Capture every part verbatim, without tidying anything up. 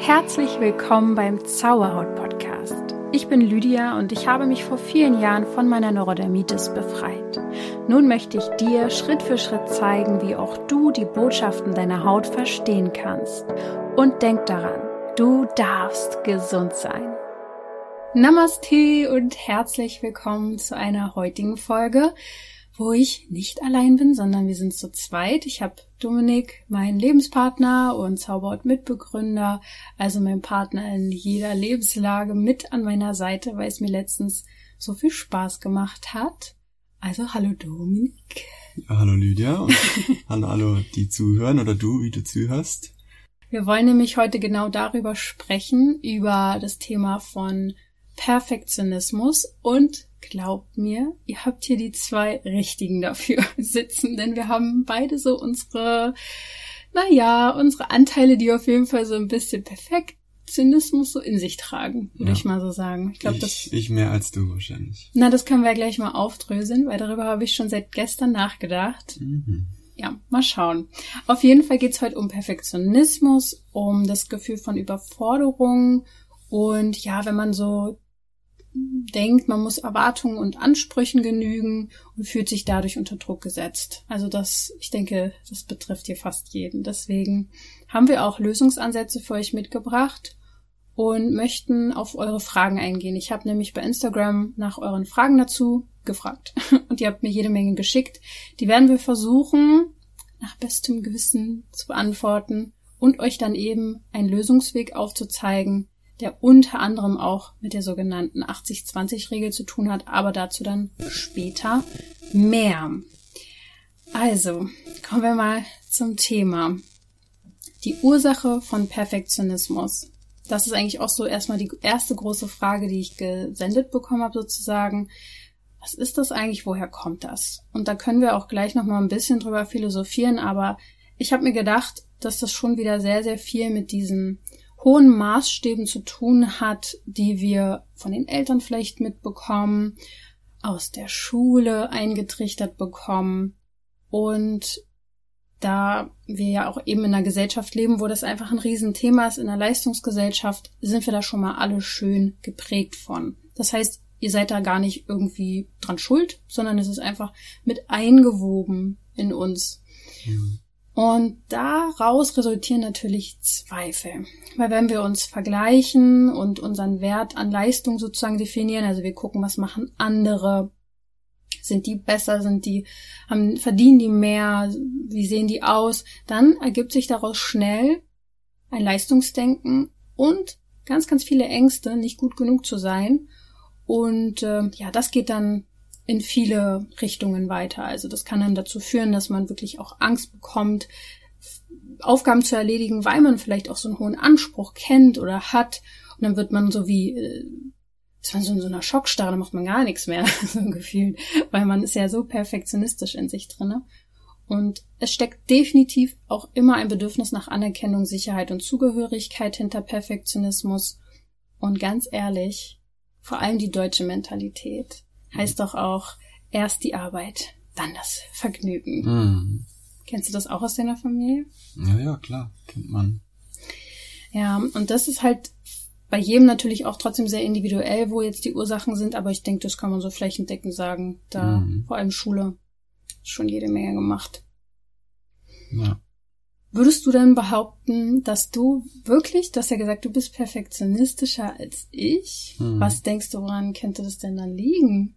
Herzlich willkommen beim Zauberhaut-Podcast. Ich bin Lydia und ich habe mich vor vielen Jahren von meiner Neurodermitis befreit. Nun möchte ich dir Schritt für Schritt zeigen, wie auch du die Botschaften deiner Haut verstehen kannst. Und denk daran, du darfst gesund sein. Namaste und herzlich willkommen zu einer heutigen Folge, wo ich nicht allein bin, sondern wir sind zu zweit. Ich habe Dominik, meinen Lebenspartner und Zauberhaut-Mitbegründer, also mein Partner in jeder Lebenslage, mit an meiner Seite, weil es mir letztens so viel Spaß gemacht hat. Also hallo Dominik. Ja, hallo Lydia und hallo, hallo die zuhören oder du, wie du zuhörst. Wir wollen nämlich heute genau darüber sprechen, über das Thema von Perfektionismus, und glaubt mir, ihr habt hier die zwei Richtigen dafür sitzen, denn wir haben beide so unsere, naja, unsere Anteile, die auf jeden Fall so ein bisschen Perfektionismus so in sich tragen, würde ja. ich mal so sagen. Ich, glaub, ich, das, ich mehr als du wahrscheinlich. Na, das können wir ja gleich mal aufdröseln, weil darüber habe ich schon seit gestern nachgedacht. Mhm. Ja, mal schauen. Auf jeden Fall geht es heute um Perfektionismus, um das Gefühl von Überforderung und ja, wenn man so denkt, man muss Erwartungen und Ansprüchen genügen und fühlt sich dadurch unter Druck gesetzt. Also das, ich denke, das betrifft hier fast jeden. Deswegen haben wir auch Lösungsansätze für euch mitgebracht und möchten auf eure Fragen eingehen. Ich habe nämlich bei Instagram nach euren Fragen dazu gefragt und ihr habt mir jede Menge geschickt. Die werden wir versuchen, nach bestem Gewissen zu beantworten und euch dann eben einen Lösungsweg aufzuzeigen, der unter anderem auch mit der sogenannten achtzig zwanzig Regel zu tun hat, aber dazu dann später mehr. Also, kommen wir mal zum Thema. Die Ursache von Perfektionismus. Das ist eigentlich auch so erstmal die erste große Frage, die ich gesendet bekommen habe sozusagen. Was ist das eigentlich? Woher kommt das? Und da können wir auch gleich nochmal ein bisschen drüber philosophieren, aber ich habe mir gedacht, dass das schon wieder sehr, sehr viel mit diesen hohen Maßstäben zu tun hat, die wir von den Eltern vielleicht mitbekommen, aus der Schule eingetrichtert bekommen. Und da wir ja auch eben in einer Gesellschaft leben, wo das einfach ein Riesenthema ist, in einer Leistungsgesellschaft, sind wir da schon mal alle schön geprägt von. Das heißt, ihr seid da gar nicht irgendwie dran schuld, sondern es ist einfach mit eingewoben in uns. Mhm. Und daraus resultieren natürlich Zweifel. Weil wenn wir uns vergleichen und unseren Wert an Leistung sozusagen definieren, also wir gucken, was machen andere, sind die besser, sind die, haben, verdienen die mehr, wie sehen die aus, dann ergibt sich daraus schnell ein Leistungsdenken und ganz, ganz viele Ängste, nicht gut genug zu sein. Und äh, ja, das geht dann in viele Richtungen weiter. Also das kann dann dazu führen, dass man wirklich auch Angst bekommt, Aufgaben zu erledigen, weil man vielleicht auch so einen hohen Anspruch kennt oder hat. Und dann wird man so wie, ist man so in so einer Schockstarre, da macht man gar nichts mehr, so gefühlt. Weil man ist ja so perfektionistisch in sich drinne. Und es steckt definitiv auch immer ein Bedürfnis nach Anerkennung, Sicherheit und Zugehörigkeit hinter Perfektionismus. Und ganz ehrlich, vor allem die deutsche Mentalität heißt doch auch, erst die Arbeit, dann das Vergnügen. Mhm. Kennst du das auch aus deiner Familie? Ja, ja, klar, kennt man. Ja, und das ist halt bei jedem natürlich auch trotzdem sehr individuell, wo jetzt die Ursachen sind, aber ich denke, das kann man so flächendeckend sagen. Da, mhm. vor allem Schule, schon jede Menge gemacht. Ja. Würdest du denn behaupten, dass du wirklich, du hast ja gesagt, du bist perfektionistischer als ich. Mhm. Was denkst du, woran könnte das denn dann liegen?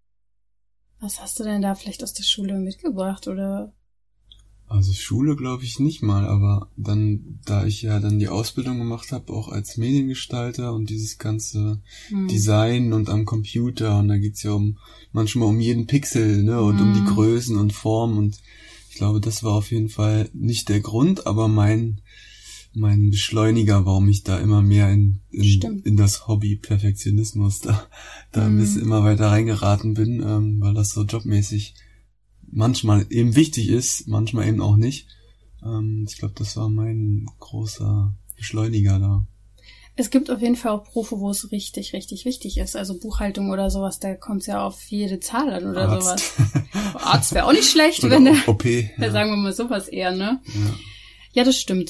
Was hast du denn da vielleicht aus der Schule mitgebracht, oder? Also Schule glaube ich nicht mal, aber dann, da ich ja dann die Ausbildung gemacht habe, auch als Mediengestalter und dieses ganze mhm. Design und am Computer, und da geht's ja um manchmal um jeden Pixel, ne, und mhm. um die Größen und Formen, und ich glaube, das war auf jeden Fall nicht der Grund, aber mein mein Beschleuniger, warum ich da immer mehr in in, in das Hobby Perfektionismus da da ein bisschen immer weiter reingeraten bin, ähm, weil das so jobmäßig manchmal eben wichtig ist, manchmal eben auch nicht. Ähm, ich glaube, das war mein großer Beschleuniger da. Es gibt auf jeden Fall auch Berufe, wo es richtig, richtig wichtig ist. Also Buchhaltung oder sowas, da kommt es ja auf jede Zahl an oder Arzt. sowas. Arzt wäre auch nicht schlecht, oder wenn der, O P, ja. sagen wir mal sowas eher, ne? Ja. Ja, das stimmt.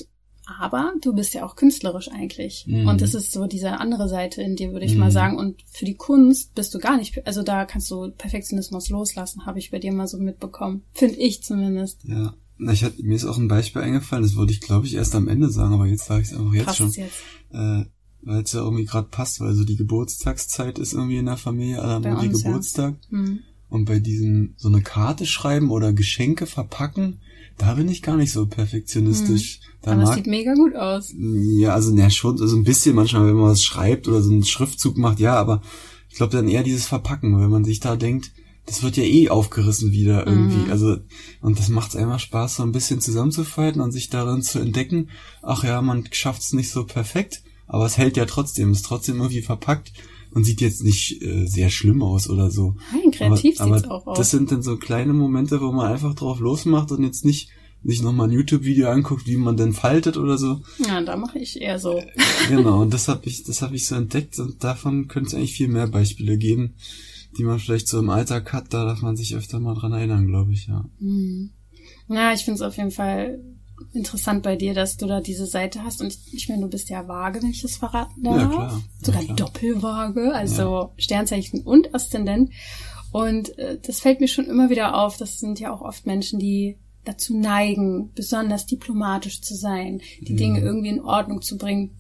Aber du bist ja auch künstlerisch eigentlich. Mhm. Und das ist so diese andere Seite in dir, würde ich mhm. mal sagen. Und für die Kunst bist du gar nicht, also da kannst du Perfektionismus loslassen, habe ich bei dir mal so mitbekommen. Finde ich zumindest. Ja, ich hatte, mir ist auch ein Beispiel eingefallen, das wollte ich glaube ich erst am Ende sagen, aber jetzt sage ich es einfach jetzt Passt schon. Jetzt. Äh, weil es ja irgendwie gerade passt, weil so die Geburtstagszeit ist irgendwie in der Familie, alle haben irgendwie Geburtstag. Ja. Mhm. Und bei diesem so eine Karte schreiben oder Geschenke verpacken, da bin ich gar nicht so perfektionistisch. Mhm. Da Aber mag, es sieht mega gut aus. Ja, also ja, schon so also ein bisschen manchmal, wenn man was schreibt oder so einen Schriftzug macht, ja, aber ich glaube dann eher dieses Verpacken, wenn man sich da denkt, das wird ja eh aufgerissen wieder irgendwie. Mhm. Also und das macht es einfach Spaß, so ein bisschen zusammenzufalten und sich darin zu entdecken, ach ja, man schafft es nicht so perfekt, aber es hält ja trotzdem, ist trotzdem irgendwie verpackt und sieht jetzt nicht äh, sehr schlimm aus oder so. Nein, kreativ aber, sieht's aber auch aus. Das sind dann so kleine Momente, wo man einfach drauf losmacht und jetzt nicht sich nochmal ein YouTube-Video anguckt, wie man denn faltet oder so. Ja, da mache ich eher so. Genau, und das habe ich, das habe ich so entdeckt und davon könnte es eigentlich viel mehr Beispiele geben, die man vielleicht so im Alltag hat, da darf man sich öfter mal dran erinnern, glaube ich, ja. Hm. Ja, ich finde es auf jeden Fall interessant bei dir, dass du da diese Seite hast und ich, ich meine, du bist ja Waage, wenn ich das verraten darf. Ja, klar. Sogar ja, klar. Doppelwaage, also ja. Sternzeichen und Aszendent. Und äh, das fällt mir schon immer wieder auf, das sind ja auch oft Menschen, die dazu neigen, besonders diplomatisch zu sein, die mhm. Dinge irgendwie in Ordnung zu bringen.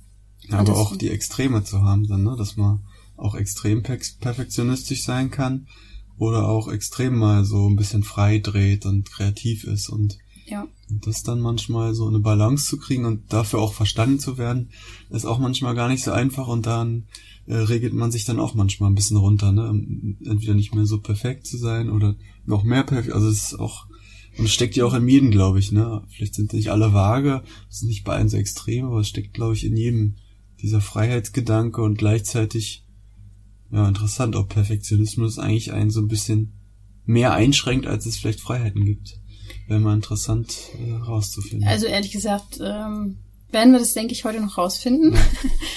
Ja, aber auch die Extreme zu haben dann, ne, dass man auch extrem perfektionistisch sein kann oder auch extrem mal so ein bisschen frei dreht und kreativ ist und ja. Und das dann manchmal so eine Balance zu kriegen und dafür auch verstanden zu werden, ist auch manchmal gar nicht so einfach und dann äh, regelt man sich dann auch manchmal ein bisschen runter, ne? Entweder nicht mehr so perfekt zu sein oder noch mehr perfekt, also es ist auch, und es steckt ja auch in jedem, glaube ich, ne? Vielleicht sind nicht alle vage, es sind nicht bei allen so extrem, aber es steckt, glaube ich, in jedem dieser Freiheitsgedanke und gleichzeitig, ja, interessant, ob Perfektionismus eigentlich einen so ein bisschen mehr einschränkt, als es vielleicht Freiheiten gibt. Wäre mal interessant äh, rauszufinden. Also ehrlich gesagt, ähm, werden wir das, denke ich, heute noch rausfinden. Ja.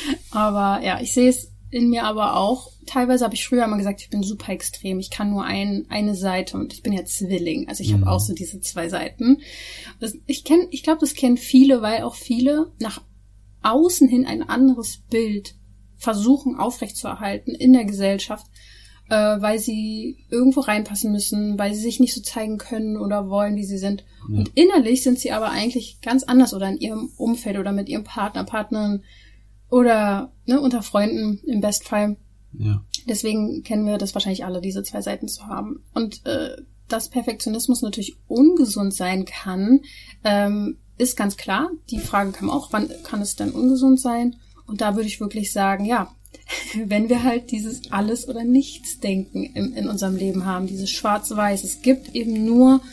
Aber ja, ich sehe es in mir aber auch. Teilweise habe ich früher immer gesagt, ich bin super extrem. Ich kann nur ein, eine Seite und ich bin ja Zwilling. Also ich mhm. habe auch so diese zwei Seiten. Das, ich kenn, ich glaube, das kennen viele, weil auch viele nach außen hin ein anderes Bild versuchen aufrechtzuerhalten in der Gesellschaft, äh, weil sie irgendwo reinpassen müssen, weil sie sich nicht so zeigen können oder wollen, wie sie sind. Ja. Und innerlich sind sie aber eigentlich ganz anders oder in ihrem Umfeld oder mit ihrem Partner, Partnerin oder ne, unter Freunden im Bestfall. Ja. Deswegen kennen wir das wahrscheinlich alle, diese zwei Seiten zu haben. Und äh, dass Perfektionismus natürlich ungesund sein kann, ähm, ist ganz klar. Die Frage kam auch, wann kann es denn ungesund sein? Und da würde ich wirklich sagen, ja, wenn wir halt dieses Alles- oder Nichts-Denken in, in unserem Leben haben, dieses Schwarz-Weiß, es gibt eben nur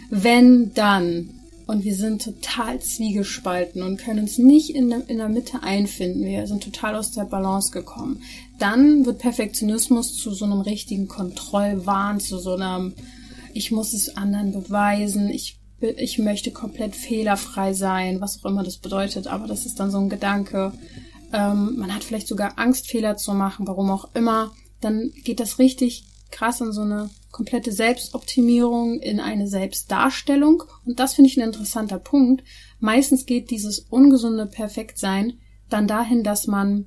wenn, dann. Und wir sind total zwiegespalten und können uns nicht in der, in der Mitte einfinden. Wir sind total aus der Balance gekommen. Dann wird Perfektionismus zu so einem richtigen Kontrollwahn, zu so einem, ich muss es anderen beweisen, ich, ich möchte komplett fehlerfrei sein, was auch immer das bedeutet. Aber das ist dann so ein Gedanke. Ähm, man hat vielleicht sogar Angst, Fehler zu machen, warum auch immer. Dann geht das richtig krass in so eine komplette Selbstoptimierung, in eine Selbstdarstellung. Und das finde ich ein interessanter Punkt. Meistens geht dieses ungesunde Perfektsein dann dahin, dass man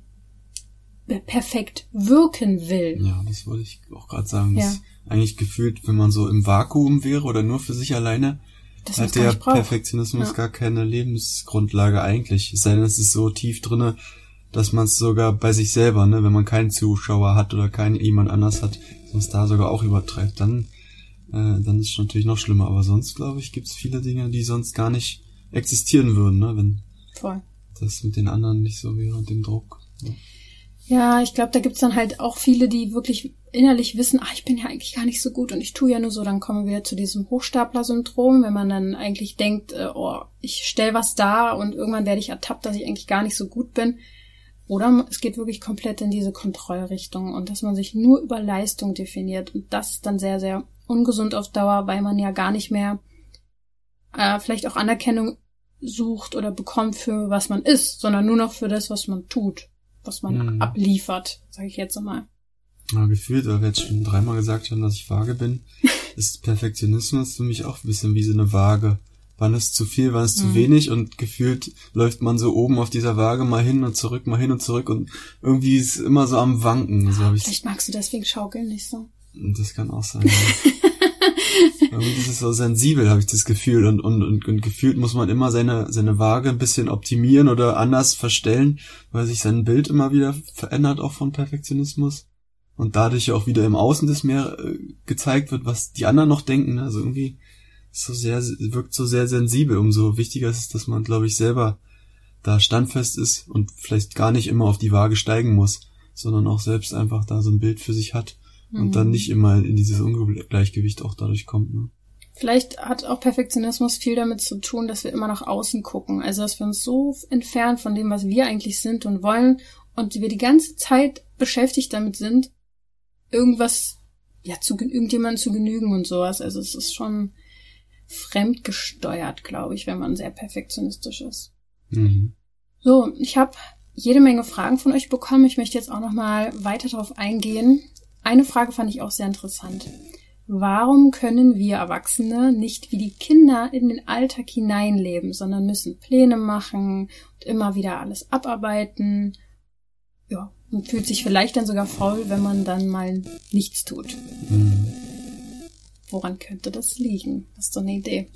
perfekt wirken will. Ja, das wollte ich auch gerade sagen. Ja. Das eigentlich gefühlt, wenn man so im Vakuum wäre oder nur für sich alleine, das hat der Perfektionismus ja. gar keine Lebensgrundlage eigentlich. Es sei denn, es ist so tief drinne, dass man es sogar bei sich selber, ne, wenn man keinen Zuschauer hat oder keinen jemand anders hat, sonst da sogar auch übertreibt, dann äh, dann ist es natürlich noch schlimmer. Aber sonst, glaube ich, gibt es viele Dinge, die sonst gar nicht existieren würden, ne, wenn Voll. das mit den anderen nicht so wäre und dem Druck. Ja. Ja, ich glaube, da gibt's dann halt auch viele, die wirklich innerlich wissen, ach, ich bin ja eigentlich gar nicht so gut und ich tue ja nur so, dann kommen wir wieder zu diesem Hochstapler-Syndrom, wenn man dann eigentlich denkt, äh, oh, ich stell was dar und irgendwann werde ich ertappt, dass ich eigentlich gar nicht so gut bin. Oder es geht wirklich komplett in diese Kontrollrichtung und dass man sich nur über Leistung definiert. Und das ist dann sehr, sehr ungesund auf Dauer, weil man ja gar nicht mehr äh, vielleicht auch Anerkennung sucht oder bekommt für was man ist, sondern nur noch für das, was man tut, was man mhm. abliefert, sage ich jetzt einmal. Ja, gefühlt, weil wir jetzt schon dreimal gesagt haben, dass ich vage bin, ist Perfektionismus für mich auch ein bisschen wie so eine Waage. wann ist zu viel, wann ist mhm. zu wenig und gefühlt läuft man so oben auf dieser Waage mal hin und zurück, mal hin und zurück und irgendwie ist es immer so am Wanken. So hab ich Vielleicht magst du deswegen Schaukeln nicht so. Das kann auch sein. Ja. Irgendwie ist es so sensibel, habe ich das Gefühl und, und, und, und gefühlt muss man immer seine, seine Waage ein bisschen optimieren oder anders verstellen, weil sich sein Bild immer wieder verändert, auch von Perfektionismus. Und dadurch auch wieder im Außen das mehr äh, gezeigt wird, was die anderen noch denken. Also irgendwie ist so sehr, wirkt so sehr sensibel. Umso wichtiger ist es, dass man, glaube ich, selber da standfest ist und vielleicht gar nicht immer auf die Waage steigen muss, sondern auch selbst einfach da so ein Bild für sich hat mhm. und dann nicht immer in dieses Ungleichgewicht auch dadurch kommt. Ne? Vielleicht hat auch Perfektionismus viel damit zu tun, dass wir immer nach außen gucken. Also dass wir uns so entfernen von dem, was wir eigentlich sind und wollen und wir die ganze Zeit beschäftigt damit sind, irgendwas, ja, zu irgendjemandem zu genügen und sowas. Also es ist schon fremdgesteuert, glaube ich, wenn man sehr perfektionistisch ist. Mhm. So, ich habe jede Menge Fragen von euch bekommen. Ich möchte jetzt auch nochmal weiter darauf eingehen. Eine Frage fand ich auch sehr interessant. Warum können wir Erwachsene nicht wie die Kinder in den Alltag hineinleben, sondern müssen Pläne machen und immer wieder alles abarbeiten? Ja, und fühlt sich vielleicht dann sogar faul, wenn man dann mal nichts tut. Mhm. Woran könnte das liegen? Hast du eine Idee?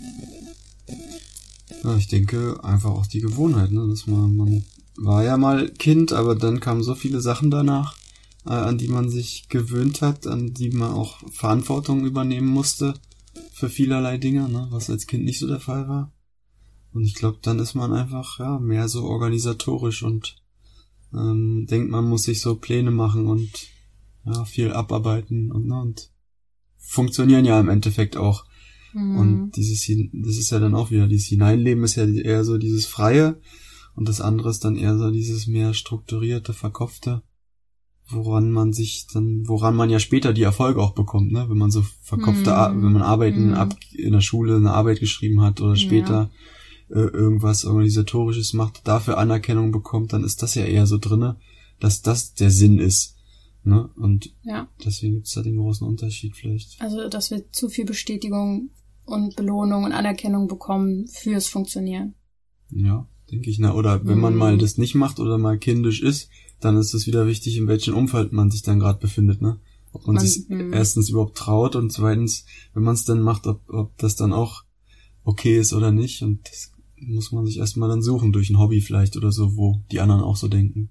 Ja, ich denke einfach auch die Gewohnheit, ne, dass man, man war ja mal Kind, aber dann kamen so viele Sachen danach, äh, an die man sich gewöhnt hat, an die man auch Verantwortung übernehmen musste für vielerlei Dinge, ne, was als Kind nicht so der Fall war. Und ich glaube, dann ist man einfach ja mehr so organisatorisch und ähm, denkt, man muss sich so Pläne machen und ja viel abarbeiten und ne, und funktionieren ja im Endeffekt auch. Mhm. Und dieses, das ist ja dann auch wieder, dieses Hineinleben ist ja eher so dieses Freie und das andere ist dann eher so dieses mehr strukturierte, verkopfte, woran man sich dann, woran man ja später die Erfolge auch bekommt, ne, wenn man so verkopfte, mhm. wenn man Arbeiten mhm. ab, in der Schule eine Arbeit geschrieben hat oder später ja. äh, irgendwas Organisatorisches macht, dafür Anerkennung bekommt, dann ist das ja eher so drinne, dass das der Sinn ist. Ne? Und ja. deswegen gibt es da den großen Unterschied vielleicht. Also, dass wir zu viel Bestätigung und Belohnung und Anerkennung bekommen fürs Funktionieren. Ja, denke ich. Na, oder wenn man mhm. mal das nicht macht oder mal kindisch ist, dann ist es wieder wichtig, in welchem Umfeld man sich dann gerade befindet. Ne? Ob man, man sich mh. erstens überhaupt traut und zweitens, wenn man es dann macht, ob, ob das dann auch okay ist oder nicht. Und das muss man sich erstmal dann suchen, durch ein Hobby vielleicht oder so, wo die anderen auch so denken.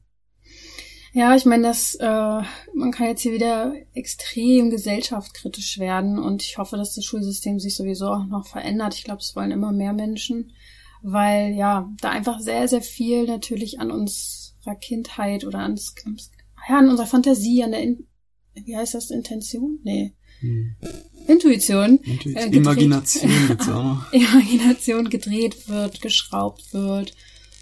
Ja, ich meine, das, äh, man kann jetzt hier wieder extrem gesellschaftskritisch werden und ich hoffe, dass das Schulsystem sich sowieso auch noch verändert. Ich glaube, es wollen immer mehr Menschen, weil ja, da einfach sehr, sehr viel natürlich an unserer Kindheit oder an, das, ja, an unserer Fantasie, an der, In- wie heißt das, Intention? Nee. Hm. Intuition. Intuition. Äh, Imagination gibt's auch noch. Imagination gedreht wird, geschraubt wird.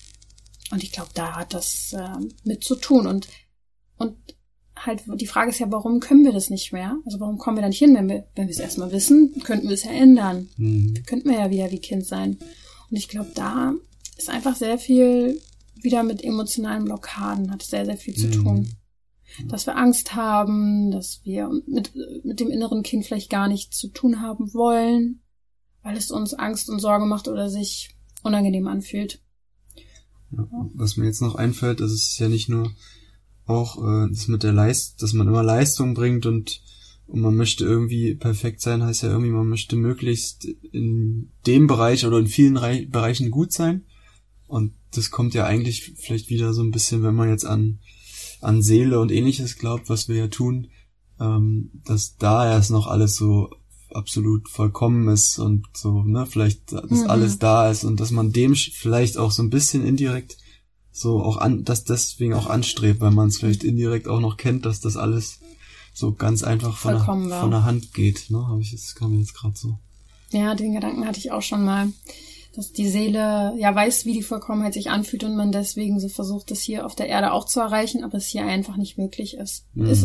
Und ich glaube, da hat das äh, mit zu tun. Und und halt die Frage ist ja, warum können wir das nicht mehr? Also warum kommen wir da nicht hin? Wenn wir wenn wir es erstmal wissen, könnten wir es ja ändern. Mhm. Könnten wir ja wieder wie Kind sein. Und ich glaube, da ist einfach sehr viel wieder mit emotionalen Blockaden, hat sehr, sehr viel zu mhm. tun. Dass wir Angst haben, dass wir mit mit dem inneren Kind vielleicht gar nichts zu tun haben wollen, weil es uns Angst und Sorge macht oder sich unangenehm anfühlt. Ja, was mir jetzt noch einfällt, das ist ja nicht nur auch äh, das mit der Leist, dass man immer Leistung bringt und, und man möchte irgendwie perfekt sein, heißt ja irgendwie, man möchte möglichst in dem Bereich oder in vielen Re- Bereichen gut sein. Und das kommt ja eigentlich vielleicht wieder so ein bisschen, wenn man jetzt an an Seele und Ähnliches glaubt, was wir ja tun, ähm, dass da erst noch alles so absolut vollkommen ist und so, ne, vielleicht, dass mhm. alles da ist und dass man dem vielleicht auch so ein bisschen indirekt so auch an, dass deswegen auch anstrebt, weil man es vielleicht indirekt auch noch kennt, dass das alles so ganz einfach von, der, von der Hand geht, ne, habe ich jetzt, kam mir jetzt gerade so. Ja, den Gedanken hatte ich auch schon mal, dass die Seele ja weiß, wie die Vollkommenheit sich anfühlt und man deswegen so versucht, das hier auf der Erde auch zu erreichen, aber es hier einfach nicht möglich ist. Mhm. ist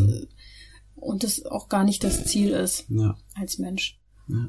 und das auch gar nicht das Ziel ist ja. als Mensch. Ja.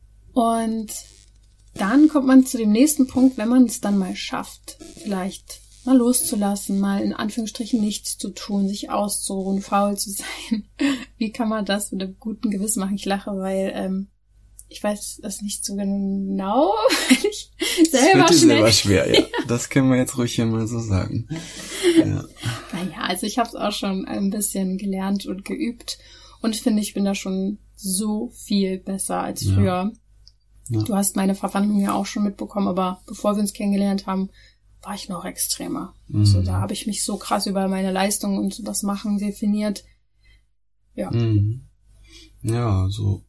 Und dann kommt man zu dem nächsten Punkt, wenn man es dann mal schafft, vielleicht mal loszulassen, mal in Anführungsstrichen nichts zu tun, sich auszuruhen, faul zu sein. Wie kann man das mit einem guten Gewissen machen? Ich lache, weil ähm, Ich weiß das nicht so genau, weil ich selber das schnell... selber schwer, ja. Das können wir jetzt ruhig hier mal so sagen. Ja. Naja, also ich habe es auch schon ein bisschen gelernt und geübt und finde, ich bin da schon so viel besser als früher. Ja. Ja. Du hast meine Verwandlung ja auch schon mitbekommen, aber bevor wir uns kennengelernt haben, war ich noch extremer. Mhm. Also da habe ich mich so krass über meine Leistung und das Machen definiert. Ja. Mhm. Ja, so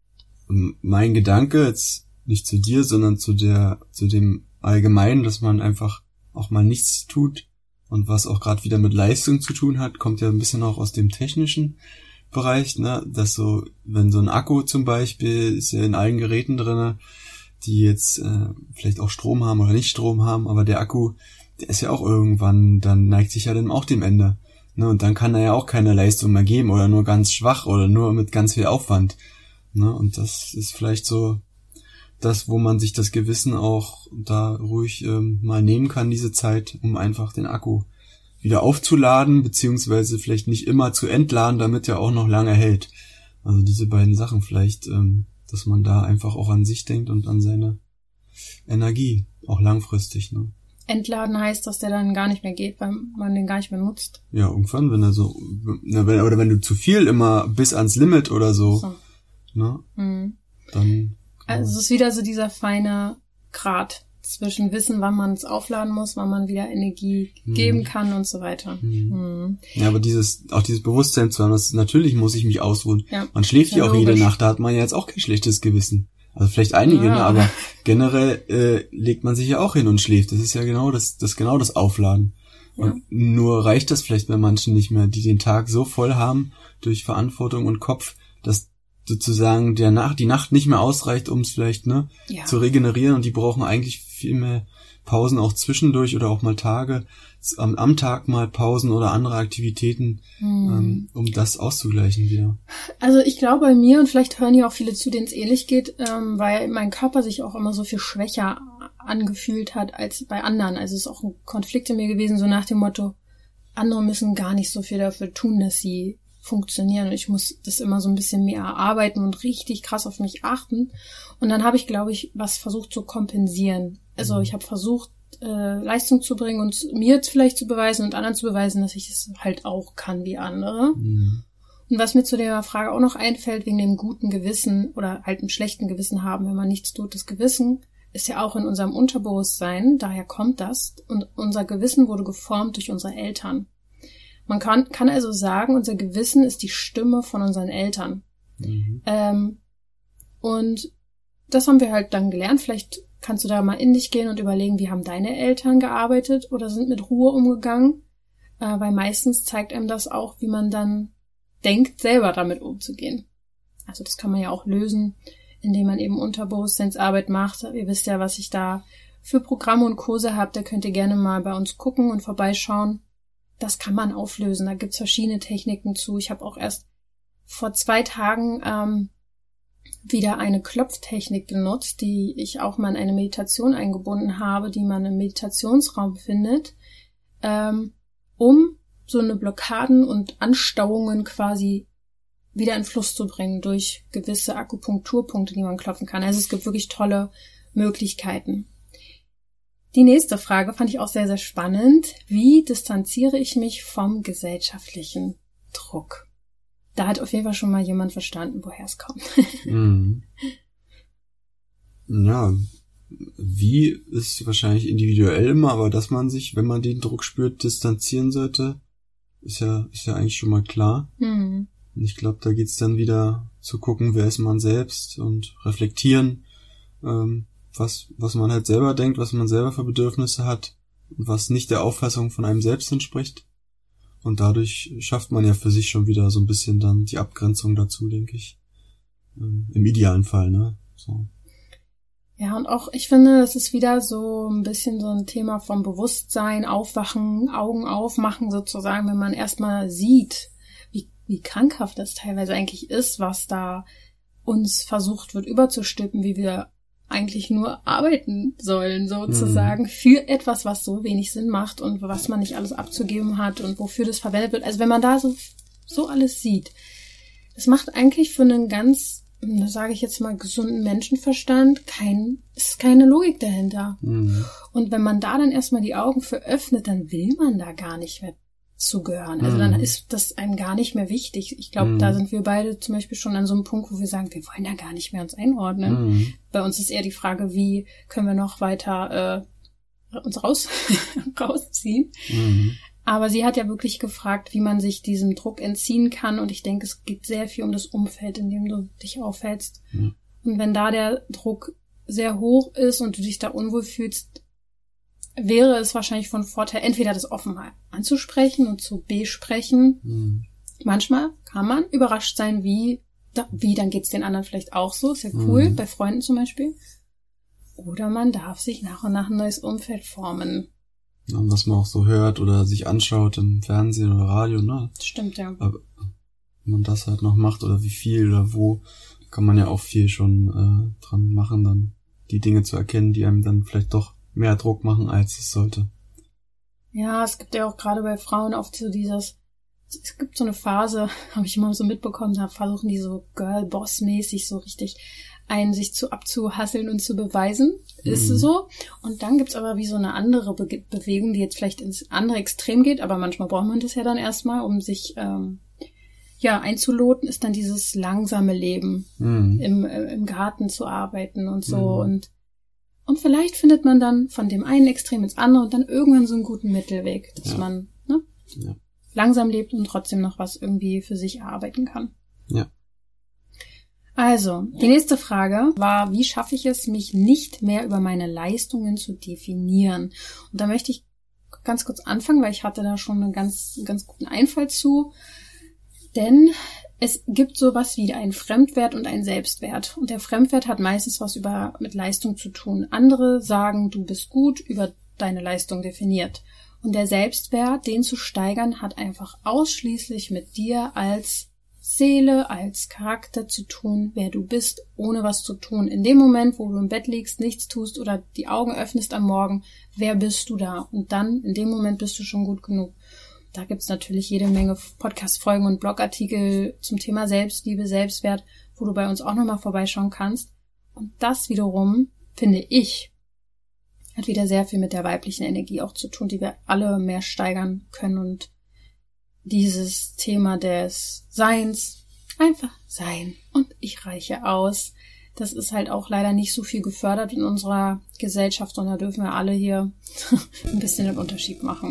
mein Gedanke jetzt nicht zu dir, sondern zu der, zu dem Allgemeinen, dass man einfach auch mal nichts tut und was auch gerade wieder mit Leistung zu tun hat, kommt ja ein bisschen auch aus dem technischen Bereich, ne, dass so, wenn so ein Akku zum Beispiel ist ja in allen Geräten drinne, die jetzt äh, vielleicht auch Strom haben oder nicht Strom haben, aber der Akku, der ist ja auch irgendwann, dann neigt sich ja dann auch dem Ende, ne, und dann kann er ja auch keine Leistung mehr geben oder nur ganz schwach oder nur mit ganz viel Aufwand, ne, und das ist vielleicht so das, wo man sich das Gewissen auch da ruhig ähm, mal nehmen kann, diese Zeit, um einfach den Akku wieder aufzuladen, beziehungsweise vielleicht nicht immer zu entladen, damit er auch noch lange hält. Also diese beiden Sachen vielleicht, ähm, dass man da einfach auch an sich denkt und an seine Energie, auch langfristig. Ne? Entladen heißt, dass der dann gar nicht mehr geht, weil man den gar nicht mehr nutzt. Ja, irgendwann, wenn er so, ne, wenn, oder wenn du zu viel immer bis ans Limit oder so, so. Ne, mhm. dann... Also es ist wieder so dieser feine Grat zwischen Wissen, wann man es aufladen muss, wann man wieder Energie hm. geben kann und so weiter. Hm. Hm. Ja, aber dieses, auch dieses Bewusstsein zu haben, dass natürlich muss ich mich ausruhen. Ja. Man schläft ja, ja auch logisch. jede Nacht, da hat man ja jetzt auch kein schlechtes Gewissen. Also vielleicht einige, ja. ne, aber generell äh, legt man sich ja auch hin und schläft. Das ist ja genau das, das genau das Aufladen. Und ja. nur reicht das vielleicht bei manchen nicht mehr, die den Tag so voll haben durch Verantwortung und Kopf, dass sozusagen der Nacht, die Nacht nicht mehr ausreicht, um es vielleicht ne ja. zu regenerieren, und die brauchen eigentlich viel mehr Pausen auch zwischendurch oder auch mal Tage, am, am Tag mal Pausen oder andere Aktivitäten, hm. ähm, um das auszugleichen wieder. Also ich glaube bei mir, und vielleicht hören ja auch viele zu, denen es ähnlich geht, ähm, weil mein Körper sich auch immer so viel schwächer angefühlt hat als bei anderen. Also es ist auch ein Konflikt in mir gewesen, so nach dem Motto, andere müssen gar nicht so viel dafür tun, dass sie funktionieren, und ich muss das immer so ein bisschen mehr erarbeiten und richtig krass auf mich achten. Und dann habe ich, glaube ich, was versucht zu kompensieren. Also ich habe versucht, äh, Leistung zu bringen und mir jetzt vielleicht zu beweisen und anderen zu beweisen, dass ich es halt auch kann wie andere. Mhm. Und was mir zu der Frage auch noch einfällt, wegen dem guten Gewissen oder halt einem schlechten Gewissen haben, wenn man nichts tut, das Gewissen ist ja auch in unserem Unterbewusstsein, daher kommt das, und unser Gewissen wurde geformt durch unsere Eltern. Man kann, kann also sagen, unser Gewissen ist die Stimme von unseren Eltern. Mhm. Ähm, und das haben wir halt dann gelernt. Vielleicht kannst du da mal in dich gehen und überlegen, wie haben deine Eltern gearbeitet oder sind mit Ruhe umgegangen? Äh, weil meistens zeigt einem das auch, wie man dann denkt, selber damit umzugehen. Also das kann man ja auch lösen, indem man eben Unterbewusstseinsarbeit macht. Ihr wisst ja, was ich da für Programme und Kurse habe. Da könnt ihr gerne mal bei uns gucken und vorbeischauen. Das kann man auflösen. Da gibt's verschiedene Techniken zu. Ich habe auch erst vor zwei Tagen ähm, wieder eine Klopftechnik genutzt, die ich auch mal in eine Meditation eingebunden habe, die man im Meditationsraum findet, ähm, um so eine Blockaden und Anstauungen quasi wieder in Fluss zu bringen durch gewisse Akupunkturpunkte, die man klopfen kann. Also es gibt wirklich tolle Möglichkeiten. Die nächste Frage fand ich auch sehr, sehr spannend. Wie distanziere ich mich vom gesellschaftlichen Druck? Da hat auf jeden Fall schon mal jemand verstanden, woher es kommt. Mhm. Ja, wie ist wahrscheinlich individuell immer, aber dass man sich, wenn man den Druck spürt, distanzieren sollte, ist ja, ist ja eigentlich schon mal klar. Mhm. Und ich glaube, da geht's dann wieder zu gucken, wer ist man selbst, und reflektieren, ähm, was, was man halt selber denkt, was man selber für Bedürfnisse hat und was nicht der Auffassung von einem selbst entspricht. Und dadurch schafft man ja für sich schon wieder so ein bisschen dann die Abgrenzung dazu, denke ich. Ähm, im idealen Fall, ne? So. Ja, und auch, ich finde, es ist wieder so ein bisschen so ein Thema vom Bewusstsein, Aufwachen, Augen aufmachen sozusagen, wenn man erstmal sieht, wie, wie krankhaft das teilweise eigentlich ist, was da uns versucht wird überzustülpen, wie wir eigentlich nur arbeiten sollen, sozusagen, mhm. für etwas, was so wenig Sinn macht und was man nicht alles abzugeben hat und wofür das verwendet wird. Also wenn man da so, so alles sieht, das macht eigentlich für einen ganz da sage ich jetzt mal, gesunden Menschenverstand, kein, ist keine Logik dahinter. Mhm. Und wenn man da dann erstmal die Augen für öffnet, dann will man da gar nicht mehr zugehören. Also mhm. dann ist das einem gar nicht mehr wichtig. Ich glaube, mhm. da sind wir beide zum Beispiel schon an so einem Punkt, wo wir sagen, wir wollen da gar nicht mehr uns einordnen. Mhm. Bei uns ist eher die Frage, wie können wir noch weiter äh, uns raus rausziehen. Mhm. Aber sie hat ja wirklich gefragt, wie man sich diesem Druck entziehen kann. Und ich denke, es geht sehr viel um das Umfeld, in dem du dich aufhältst. Mhm. Und wenn da der Druck sehr hoch ist und du dich da unwohl fühlst, wäre es wahrscheinlich von Vorteil, entweder das offen mal anzusprechen und zu besprechen. Mhm. Manchmal kann man überrascht sein, wie, da, wie, dann geht's den anderen vielleicht auch so. Ist ja cool, mhm. bei Freunden zum Beispiel. Oder man darf sich nach und nach ein neues Umfeld formen. Ja, was man auch so hört oder sich anschaut im Fernsehen oder Radio, ne? Stimmt, ja. Aber wenn man das halt noch macht oder wie viel oder wo, kann man ja auch viel schon äh, dran machen, dann die Dinge zu erkennen, die einem dann vielleicht doch mehr Druck machen, als es sollte. Ja, es gibt ja auch gerade bei Frauen oft so dieses, es gibt so eine Phase, habe ich immer so mitbekommen, da versuchen die so Girl-Boss-mäßig so richtig einen sich zu abzuhasseln und zu beweisen, ist mhm. so. Und dann gibt's aber wie so eine andere Be- Bewegung, die jetzt vielleicht ins andere Extrem geht, aber manchmal braucht man das ja dann erstmal, um sich ähm, ja einzuloten, ist dann dieses langsame Leben, mhm. im, äh, im Garten zu arbeiten und so. Mhm. Und und vielleicht findet man dann von dem einen Extrem ins andere und dann irgendwann so einen guten Mittelweg, dass ja. man ne, ja. langsam lebt und trotzdem noch was irgendwie für sich erarbeiten kann. Ja. Also, die nächste Frage war, wie schaffe ich es, mich nicht mehr über meine Leistungen zu definieren? Und da möchte ich ganz kurz anfangen, weil ich hatte da schon einen ganz, ganz guten Einfall zu. Denn es gibt sowas wie einen Fremdwert und einen Selbstwert. Und der Fremdwert hat meistens was über mit Leistung zu tun. Andere sagen, du bist gut, über deine Leistung definiert. Und der Selbstwert, den zu steigern, hat einfach ausschließlich mit dir als Seele, als Charakter zu tun, wer du bist, ohne was zu tun. In dem Moment, wo du im Bett liegst, nichts tust oder die Augen öffnest am Morgen, wer bist du da? Und dann, in dem Moment bist du schon gut genug. Da gibt's natürlich jede Menge Podcast-Folgen und Blogartikel zum Thema Selbstliebe, Selbstwert, wo du bei uns auch nochmal vorbeischauen kannst. Und das wiederum, finde ich, hat wieder sehr viel mit der weiblichen Energie auch zu tun, die wir alle mehr steigern können. Und dieses Thema des Seins, einfach sein und ich reiche aus, das ist halt auch leider nicht so viel gefördert in unserer Gesellschaft und da dürfen wir alle hier ein bisschen den Unterschied machen.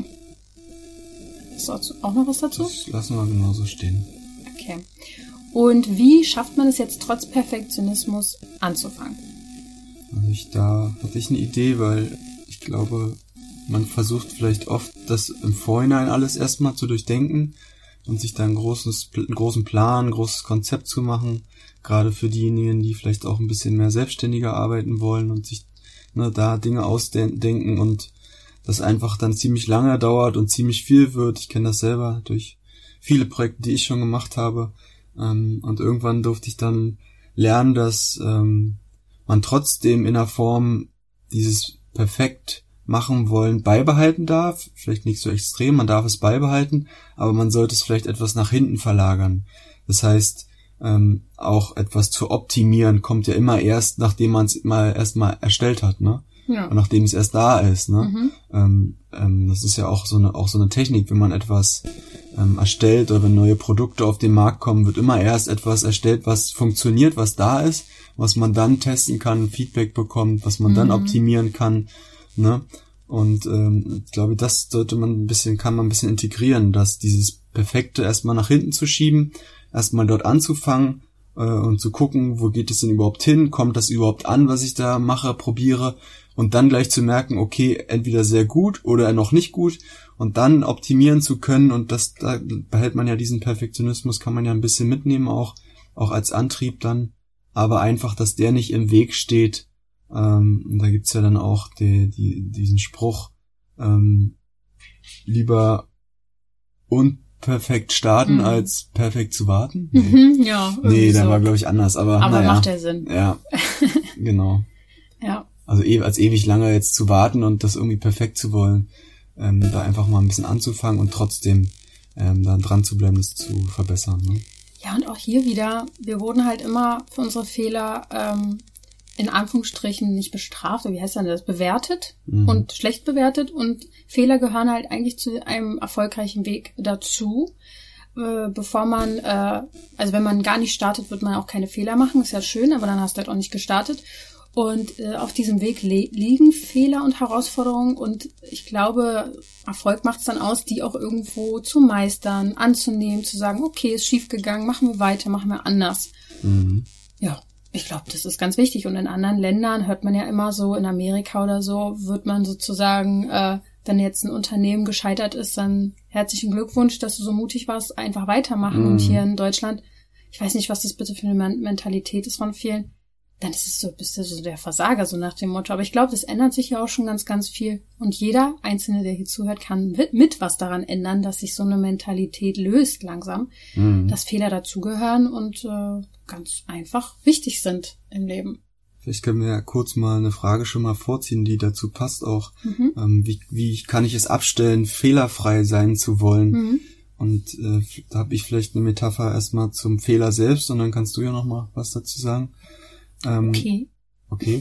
Hast du auch noch was dazu? Das lassen wir genauso stehen. Okay. Und wie schafft man es jetzt trotz Perfektionismus anzufangen? Also ich, da hatte ich eine Idee, weil ich glaube, man versucht vielleicht oft, das im Vorhinein alles erstmal zu durchdenken und sich dann einen, großes, einen großen Plan, ein großes Konzept zu machen, gerade für diejenigen, die vielleicht auch ein bisschen mehr selbstständiger arbeiten wollen und sich ne, da Dinge ausdenken und das einfach dann ziemlich lange dauert und ziemlich viel wird. Ich kenne das selber durch viele Projekte, die ich schon gemacht habe. Ähm, und irgendwann durfte ich dann lernen, dass ähm, man trotzdem in der Form dieses perfekt machen wollen beibehalten darf. Vielleicht nicht so extrem, man darf es beibehalten, aber man sollte es vielleicht etwas nach hinten verlagern. Das heißt, ähm, auch etwas zu optimieren kommt ja immer erst, nachdem man es mal erstmal erstellt hat, ne? Ja. Und nachdem es erst da ist, ne? Mhm. Ähm, ähm, das ist ja auch so eine auch so eine Technik, wenn man etwas ähm, erstellt oder wenn neue Produkte auf den Markt kommen, wird immer erst etwas erstellt, was funktioniert, was da ist, was man dann testen kann, Feedback bekommt, was man mhm. dann optimieren kann, ne? Und ähm, ich glaube, das sollte man ein bisschen, kann man ein bisschen integrieren, dass dieses Perfekte erstmal nach hinten zu schieben, erstmal dort anzufangen äh, und zu gucken, wo geht es denn überhaupt hin, kommt das überhaupt an, was ich da mache, probiere und dann gleich zu merken, okay, entweder sehr gut oder noch nicht gut und dann optimieren zu können und das, da behält man ja diesen Perfektionismus, kann man ja ein bisschen mitnehmen auch, auch als Antrieb dann, aber einfach, dass der nicht im Weg steht. Ähm, und da gibt's ja dann auch die, die, diesen Spruch, ähm, lieber unperfekt starten, mhm. als perfekt zu warten. Nee, mhm, ja, nee der so. war, glaube ich, anders. Aber, aber naja, macht ja Sinn. Ja, genau. Ja. Also als ewig lange jetzt zu warten und das irgendwie perfekt zu wollen, ähm, da einfach mal ein bisschen anzufangen und trotzdem ähm, dann dran zu bleiben, das zu verbessern. Ne? Ja, und auch hier wieder, wir wurden halt immer für unsere Fehler ähm, in Anführungsstrichen nicht bestraft, wie heißt denn das, bewertet mhm. und schlecht bewertet. Und Fehler gehören halt eigentlich zu einem erfolgreichen Weg dazu. Äh, bevor man, äh, also wenn man gar nicht startet, wird man auch keine Fehler machen, ist ja schön, aber dann hast du halt auch nicht gestartet. Und äh, auf diesem Weg le- liegen Fehler und Herausforderungen und ich glaube, Erfolg macht es dann aus, die auch irgendwo zu meistern, anzunehmen, zu sagen, okay, ist schief gegangen, machen wir weiter, machen wir anders. Mhm. Ja, ich glaube, das ist ganz wichtig. Und in anderen Ländern hört man ja immer so, in Amerika oder so, wird man sozusagen, äh, wenn jetzt ein Unternehmen gescheitert ist, dann herzlichen Glückwunsch, dass du so mutig warst, einfach weitermachen. Mhm. Und hier in Deutschland, ich weiß nicht, was das bitte für eine Mentalität ist von vielen, dann ist es so, bist du so der Versager, so nach dem Motto. Aber ich glaube, das ändert sich ja auch schon ganz, ganz viel. Und jeder Einzelne, der hier zuhört, kann mit, mit was daran ändern, dass sich so eine Mentalität löst langsam, mhm. dass Fehler dazugehören und äh, ganz einfach wichtig sind im Leben. Vielleicht können wir ja kurz mal eine Frage schon mal vorziehen, die dazu passt auch. Mhm. Ähm, wie, wie kann ich es abstellen, fehlerfrei sein zu wollen? Mhm. Und äh, da habe ich vielleicht eine Metapher erstmal zum Fehler selbst und dann kannst du ja noch mal was dazu sagen. Ähm, okay. Okay.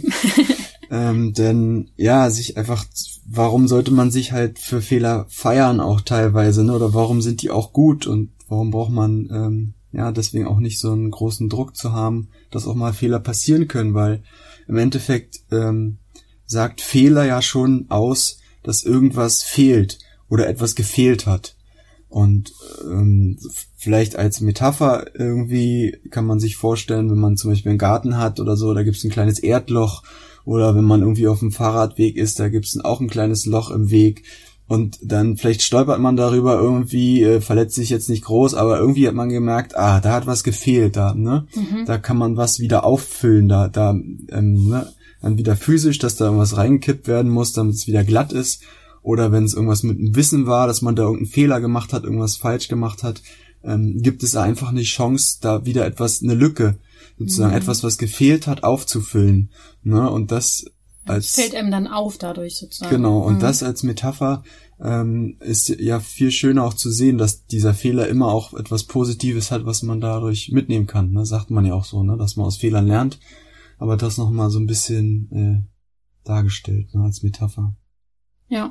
ähm, denn ja, sich einfach, warum sollte man sich halt für Fehler feiern auch teilweise, ne? Oder warum sind die auch gut und warum braucht man ähm, ja deswegen auch nicht so einen großen Druck zu haben, dass auch mal Fehler passieren können, weil im Endeffekt ähm, sagt Fehler ja schon aus, dass irgendwas fehlt oder etwas gefehlt hat. Und ähm, vielleicht als Metapher irgendwie kann man sich vorstellen, wenn man zum Beispiel einen Garten hat oder so, da gibt es ein kleines Erdloch. Oder wenn man irgendwie auf dem Fahrradweg ist, da gibt es auch ein kleines Loch im Weg. Und dann vielleicht stolpert man darüber irgendwie, äh, verletzt sich jetzt nicht groß, aber irgendwie hat man gemerkt, ah, da hat was gefehlt, da, ne? Mhm. Da kann man was wieder auffüllen, da, da, ähm, ne? Dann wieder physisch, dass da irgendwas reingekippt werden muss, damit es wieder glatt ist. Oder wenn es irgendwas mit dem Wissen war, dass man da irgendeinen Fehler gemacht hat, irgendwas falsch gemacht hat, ähm, gibt es einfach eine Chance, da wieder etwas, eine Lücke, sozusagen mhm. etwas, was gefehlt hat, aufzufüllen. Ne? Und das als das fällt einem dann auf dadurch sozusagen. Genau, und mhm. das als Metapher ähm, ist ja viel schöner auch zu sehen, dass dieser Fehler immer auch etwas Positives hat, was man dadurch mitnehmen kann. Ne? Sagt man ja auch so, ne? Dass man aus Fehlern lernt. Aber das nochmal so ein bisschen äh, dargestellt, ne? Als Metapher. Ja.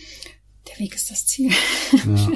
Der Weg ist das Ziel. Ja.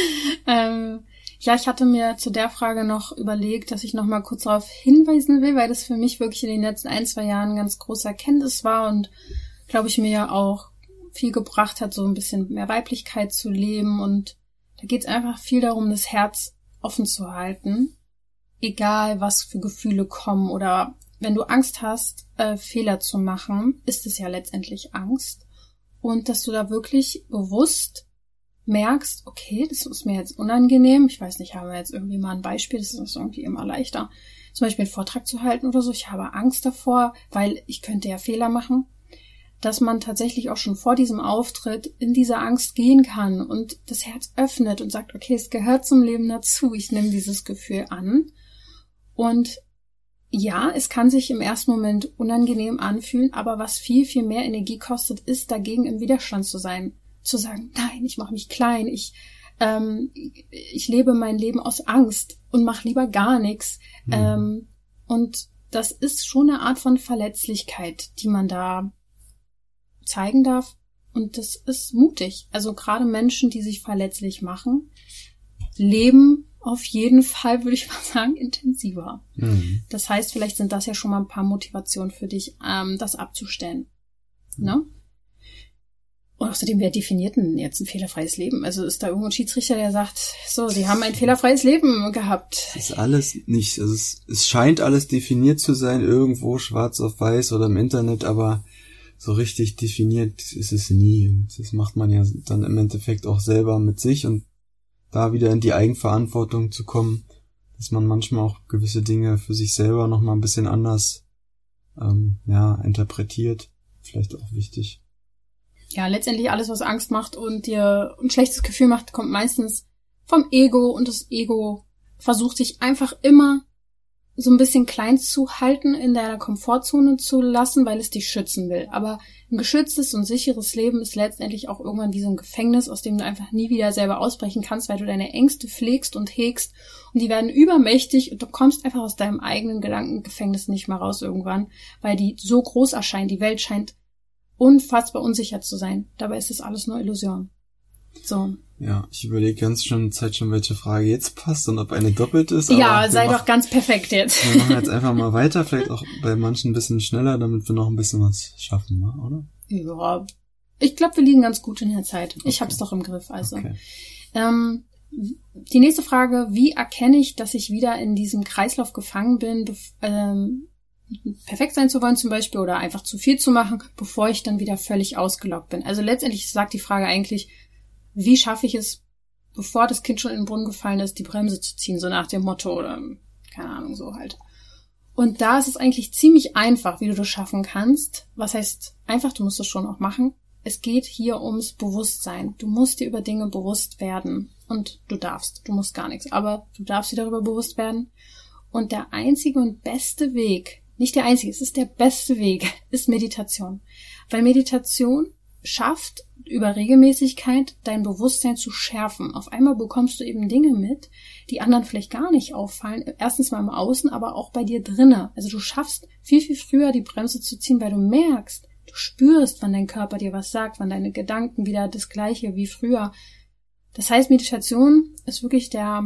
ähm, ja, ich hatte mir zu der Frage noch überlegt, dass ich noch mal kurz darauf hinweisen will, weil das für mich wirklich in den letzten ein, zwei Jahren ein ganz große Erkenntnis war und, glaube ich, mir ja auch viel gebracht hat, so ein bisschen mehr Weiblichkeit zu leben. Und da geht es einfach viel darum, das Herz offen zu halten, egal was für Gefühle kommen. Oder wenn du Angst hast, äh, Fehler zu machen, ist es ja letztendlich Angst. Und dass du da wirklich bewusst merkst, okay, das ist mir jetzt unangenehm. Ich weiß nicht, haben wir jetzt irgendwie mal ein Beispiel, das ist irgendwie immer leichter. Zum Beispiel einen Vortrag zu halten oder so. Ich habe Angst davor, weil ich könnte ja Fehler machen. Dass man tatsächlich auch schon vor diesem Auftritt in diese Angst gehen kann und das Herz öffnet und sagt, okay, es gehört zum Leben dazu. Ich nehme dieses Gefühl an. Und ja, es kann sich im ersten Moment unangenehm anfühlen, aber was viel, viel mehr Energie kostet, ist dagegen im Widerstand zu sein. Zu sagen, nein, ich mache mich klein, ich ähm, ich lebe mein Leben aus Angst und mache lieber gar nichts. Mhm. Ähm, und das ist schon eine Art von Verletzlichkeit, die man da zeigen darf. Und das ist mutig. Also gerade Menschen, die sich verletzlich machen, leben auf jeden Fall, würde ich mal sagen, intensiver. Mhm. Das heißt, vielleicht sind das ja schon mal ein paar Motivationen für dich, ähm, das abzustellen. Mhm. Ne? Und außerdem, wer definiert denn jetzt ein fehlerfreies Leben? Also ist da irgendwo ein Schiedsrichter, der sagt, so, sie haben ein fehlerfreies Leben gehabt. Das ist alles nicht, also es, es scheint alles definiert zu sein, irgendwo schwarz auf weiß oder im Internet, aber so richtig definiert ist es nie. Und das macht man ja dann im Endeffekt auch selber mit sich und da wieder in die Eigenverantwortung zu kommen, dass man manchmal auch gewisse Dinge für sich selber nochmal ein bisschen anders ähm, ja interpretiert. Vielleicht auch wichtig. Ja, letztendlich alles, was Angst macht und dir ein schlechtes Gefühl macht, kommt meistens vom Ego und das Ego versucht sich einfach immer so ein bisschen klein zu halten, in deiner Komfortzone zu lassen, weil es dich schützen will. Aber Ein geschütztes und sicheres Leben ist letztendlich auch irgendwann wie so ein Gefängnis, aus dem du einfach nie wieder selber ausbrechen kannst, weil du deine Ängste pflegst und hegst und die werden übermächtig und du kommst einfach aus deinem eigenen Gedankengefängnis nicht mehr raus irgendwann, weil die so groß erscheinen. Die Welt scheint unfassbar unsicher zu sein. Dabei ist das alles nur Illusion. So. Ja, ich überlege ganz schon Zeit schon, welche Frage jetzt passt und ob eine doppelt ist. Ja, sei doch ganz perfekt jetzt. Wir machen jetzt einfach mal weiter, vielleicht auch bei manchen ein bisschen schneller, damit wir noch ein bisschen was schaffen, ne? Oder? Ja, ich glaube, wir liegen ganz gut in der Zeit. Okay. Ich hab's doch im Griff, also. Okay. Ähm, die nächste Frage, wie erkenne ich, dass ich wieder in diesem Kreislauf gefangen bin, bef- ähm, perfekt sein zu wollen zum Beispiel oder einfach zu viel zu machen, bevor ich dann wieder völlig ausgelaugt bin. Also letztendlich sagt die Frage eigentlich, wie schaffe ich es, bevor das Kind schon in den Brunnen gefallen ist, die Bremse zu ziehen, so nach dem Motto oder keine Ahnung, so halt. Und da ist es eigentlich ziemlich einfach, wie du das schaffen kannst. Was heißt einfach, du musst es schon auch machen. Es geht hier ums Bewusstsein. Du musst dir über Dinge bewusst werden. Und du darfst, du musst gar nichts, aber du darfst dir darüber bewusst werden. Und der einzige und beste Weg, nicht der einzige, es ist der beste Weg, ist Meditation. Weil Meditation schafft über Regelmäßigkeit dein Bewusstsein zu schärfen. Auf einmal bekommst du eben Dinge mit, die anderen vielleicht gar nicht auffallen. Erstens mal im Außen, aber auch bei dir drinne. Also du schaffst viel, viel früher die Bremse zu ziehen, weil du merkst, du spürst, wann dein Körper dir was sagt, wann deine Gedanken wieder das Gleiche wie früher. Das heißt, Meditation ist wirklich der,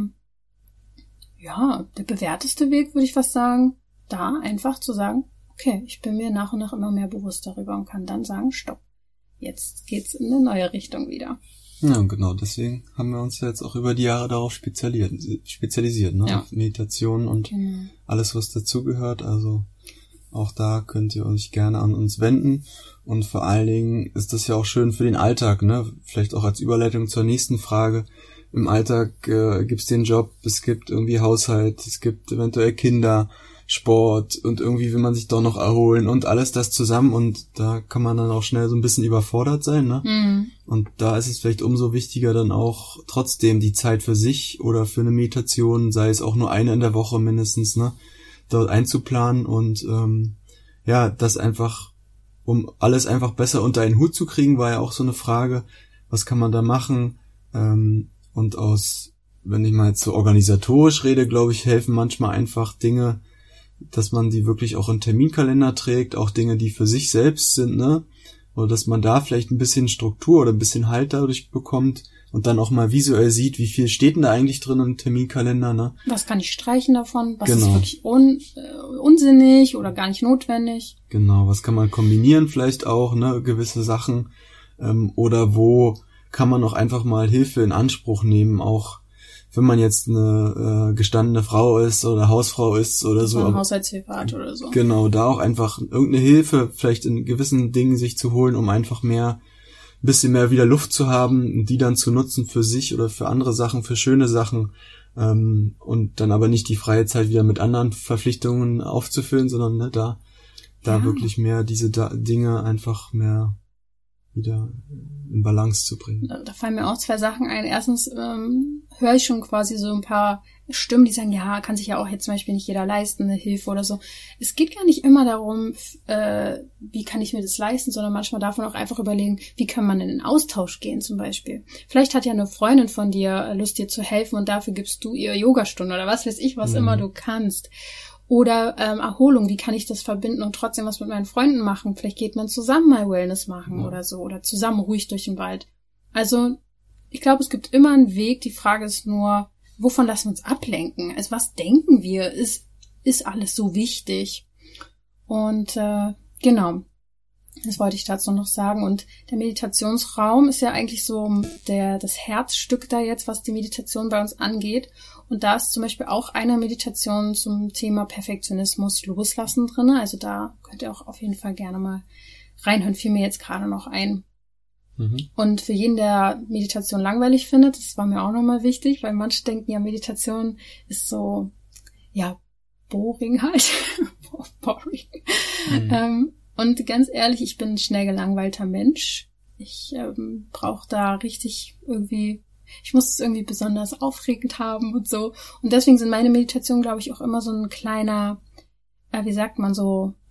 ja, der bewährteste Weg, würde ich fast sagen, da einfach zu sagen, okay, ich bin mir nach und nach immer mehr bewusst darüber und kann dann sagen, stopp. Jetzt geht's in eine neue Richtung wieder. Ja, genau. Deswegen haben wir uns ja jetzt auch über die Jahre darauf spezialisiert, spezialisiert, ne? Ja. Auf Meditation und genau. Alles, was dazugehört. Also auch da könnt ihr euch gerne an uns wenden. Und vor allen Dingen ist das ja auch schön für den Alltag, ne? Vielleicht auch als Überleitung zur nächsten Frage. Im Alltag äh, gibt's den Job, es gibt irgendwie Haushalt, es gibt eventuell Kinder, Sport und irgendwie will man sich doch noch erholen und alles das zusammen und da kann man dann auch schnell so ein bisschen überfordert sein, ne? Mhm. Und da ist es vielleicht umso wichtiger dann auch trotzdem die Zeit für sich oder für eine Meditation, sei es auch nur eine in der Woche mindestens, ne? Dort einzuplanen und ähm, ja, das einfach, um alles einfach besser unter einen Hut zu kriegen, war ja auch so eine Frage, was kann man da machen? Ähm, und aus, wenn ich mal jetzt so organisatorisch rede, glaube ich, helfen manchmal einfach Dinge, dass man die wirklich auch in Terminkalender trägt, auch Dinge, die für sich selbst sind, ne? Oder dass man da vielleicht ein bisschen Struktur oder ein bisschen Halt dadurch bekommt und dann auch mal visuell sieht, wie viel steht denn da eigentlich drin im Terminkalender, ne? Was kann ich streichen davon? Was genau. ist wirklich un, äh, unsinnig oder gar nicht notwendig? Genau, was kann man kombinieren vielleicht auch, ne? Gewisse Sachen. Ähm, oder wo kann man auch einfach mal Hilfe in Anspruch nehmen, auch wenn man jetzt eine äh, gestandene Frau ist oder Hausfrau ist oder dass so. Man eine Haushaltshilfe hat oder so. Genau, da auch einfach irgendeine Hilfe vielleicht in gewissen Dingen sich zu holen, um einfach mehr, ein bisschen mehr wieder Luft zu haben, die dann zu nutzen für sich oder für andere Sachen, für schöne Sachen ähm, und dann aber nicht die freie Zeit wieder mit anderen Verpflichtungen aufzufüllen, sondern ne, da da ja. wirklich mehr diese da- Dinge einfach mehr wieder in Balance zu bringen. Da fallen mir auch zwei Sachen ein. Erstens ähm, höre ich schon quasi so ein paar Stimmen, die sagen, ja, kann sich ja auch jetzt zum Beispiel nicht jeder leisten, eine Hilfe oder so. Es geht gar nicht immer darum, äh, wie kann ich mir das leisten, sondern manchmal darf man auch einfach überlegen, wie kann man in den Austausch gehen zum Beispiel. Vielleicht hat ja eine Freundin von dir Lust, dir zu helfen und dafür gibst du ihr Yogastunde oder was weiß ich, was mhm. immer du kannst. Oder ähm, Erholung, wie kann ich das verbinden und trotzdem was mit meinen Freunden machen? Vielleicht geht man zusammen mal Wellness machen ja. oder so. Oder zusammen ruhig durch den Wald. Also ich glaube, es gibt immer einen Weg. Die Frage ist nur, wovon lassen wir uns ablenken? Also was denken wir? Ist, ist alles so wichtig? Und äh, genau, das wollte ich dazu noch sagen. Und der Meditationsraum ist ja eigentlich so der das Herzstück da jetzt, was die Meditation bei uns angeht. Und da ist zum Beispiel auch eine Meditation zum Thema Perfektionismus loslassen drin. Also da könnt ihr auch auf jeden Fall gerne mal reinhören. Fiel mir jetzt gerade noch ein. Mhm. Und für jeden, der Meditation langweilig findet, das war mir auch nochmal wichtig, weil manche denken ja, Meditation ist so, ja, boring halt. boring. Mhm. Ähm, und ganz ehrlich, ich bin ein schnell gelangweilter Mensch. Ich ähm, brauche da richtig irgendwie... Ich muss es irgendwie besonders aufregend haben und so. Und deswegen sind meine Meditationen, glaube ich, auch immer so ein kleiner, äh, wie sagt man so,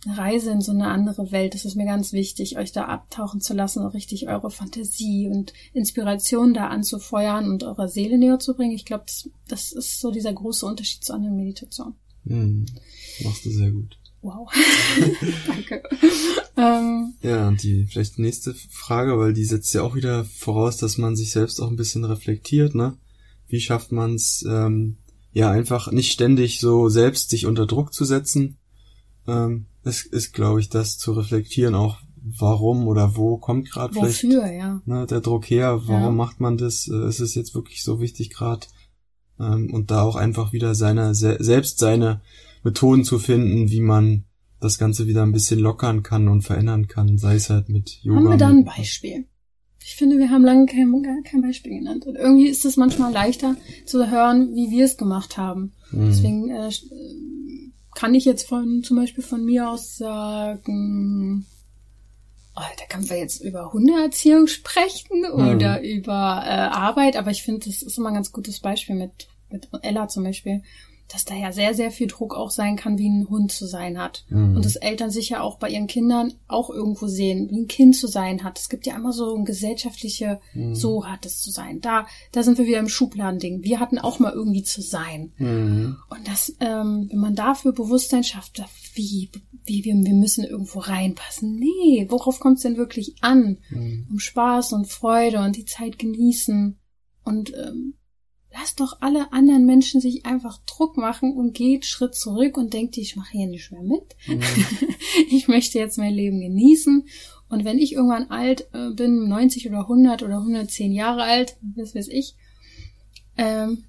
eine Reise in so eine andere Welt. Das ist mir ganz wichtig, euch da abtauchen zu lassen und richtig eure Fantasie und Inspiration da anzufeuern und eurer Seele näher zu bringen. Ich glaube, das, das ist so dieser große Unterschied zu anderen Meditationen. Hm, machst du sehr gut. Wow. Danke. ähm, ja, und die vielleicht nächste Frage, weil die setzt ja auch wieder voraus, dass man sich selbst auch ein bisschen reflektiert, ne? Wie schafft man es, ähm, ja, einfach nicht ständig so selbst sich unter Druck zu setzen? Ähm, es ist, glaube ich, das zu reflektieren, auch warum oder wo kommt gerade vielleicht ja. ne, der Druck her, warum ja. macht man das? Äh, ist es jetzt wirklich so wichtig gerade? Ähm, und da auch einfach wieder seine se- selbst seine Methoden zu finden, wie man das Ganze wieder ein bisschen lockern kann und verändern kann, sei es halt mit Yoga. Haben wir da ein Beispiel? Ich finde, wir haben lange kein, kein Beispiel genannt. Und irgendwie ist es manchmal leichter zu hören, wie wir es gemacht haben. Mhm. Deswegen äh, kann ich jetzt von zum Beispiel von mir aus sagen, oh, da können wir jetzt über Hundeerziehung sprechen oder mhm. über äh, Arbeit, aber ich finde, das ist immer ein ganz gutes Beispiel mit, mit Ella zum Beispiel, dass da ja sehr, sehr viel Druck auch sein kann, wie ein Hund zu sein hat. Mhm. Und dass Eltern sich ja auch bei ihren Kindern auch irgendwo sehen, wie ein Kind zu sein hat. Es gibt ja immer so ein gesellschaftliche, mhm. so hat es zu sein. Da da sind wir wieder im Schubladending. Wir hatten auch mal irgendwie zu sein. Mhm. Und das, ähm, wenn man dafür Bewusstsein schafft, wie, wie wir, wir müssen irgendwo reinpassen. Nee, worauf kommt es denn wirklich an? Mhm. Um Spaß und Freude und die Zeit genießen. Und ähm, lasst doch alle anderen Menschen sich einfach Druck machen und geht Schritt zurück und denkt, ich mache hier nicht mehr mit. Mhm. Ich möchte jetzt mein Leben genießen. Und wenn ich irgendwann alt äh, bin, neunzig oder hundert oder hundertzehn Jahre alt, das weiß ich, ähm,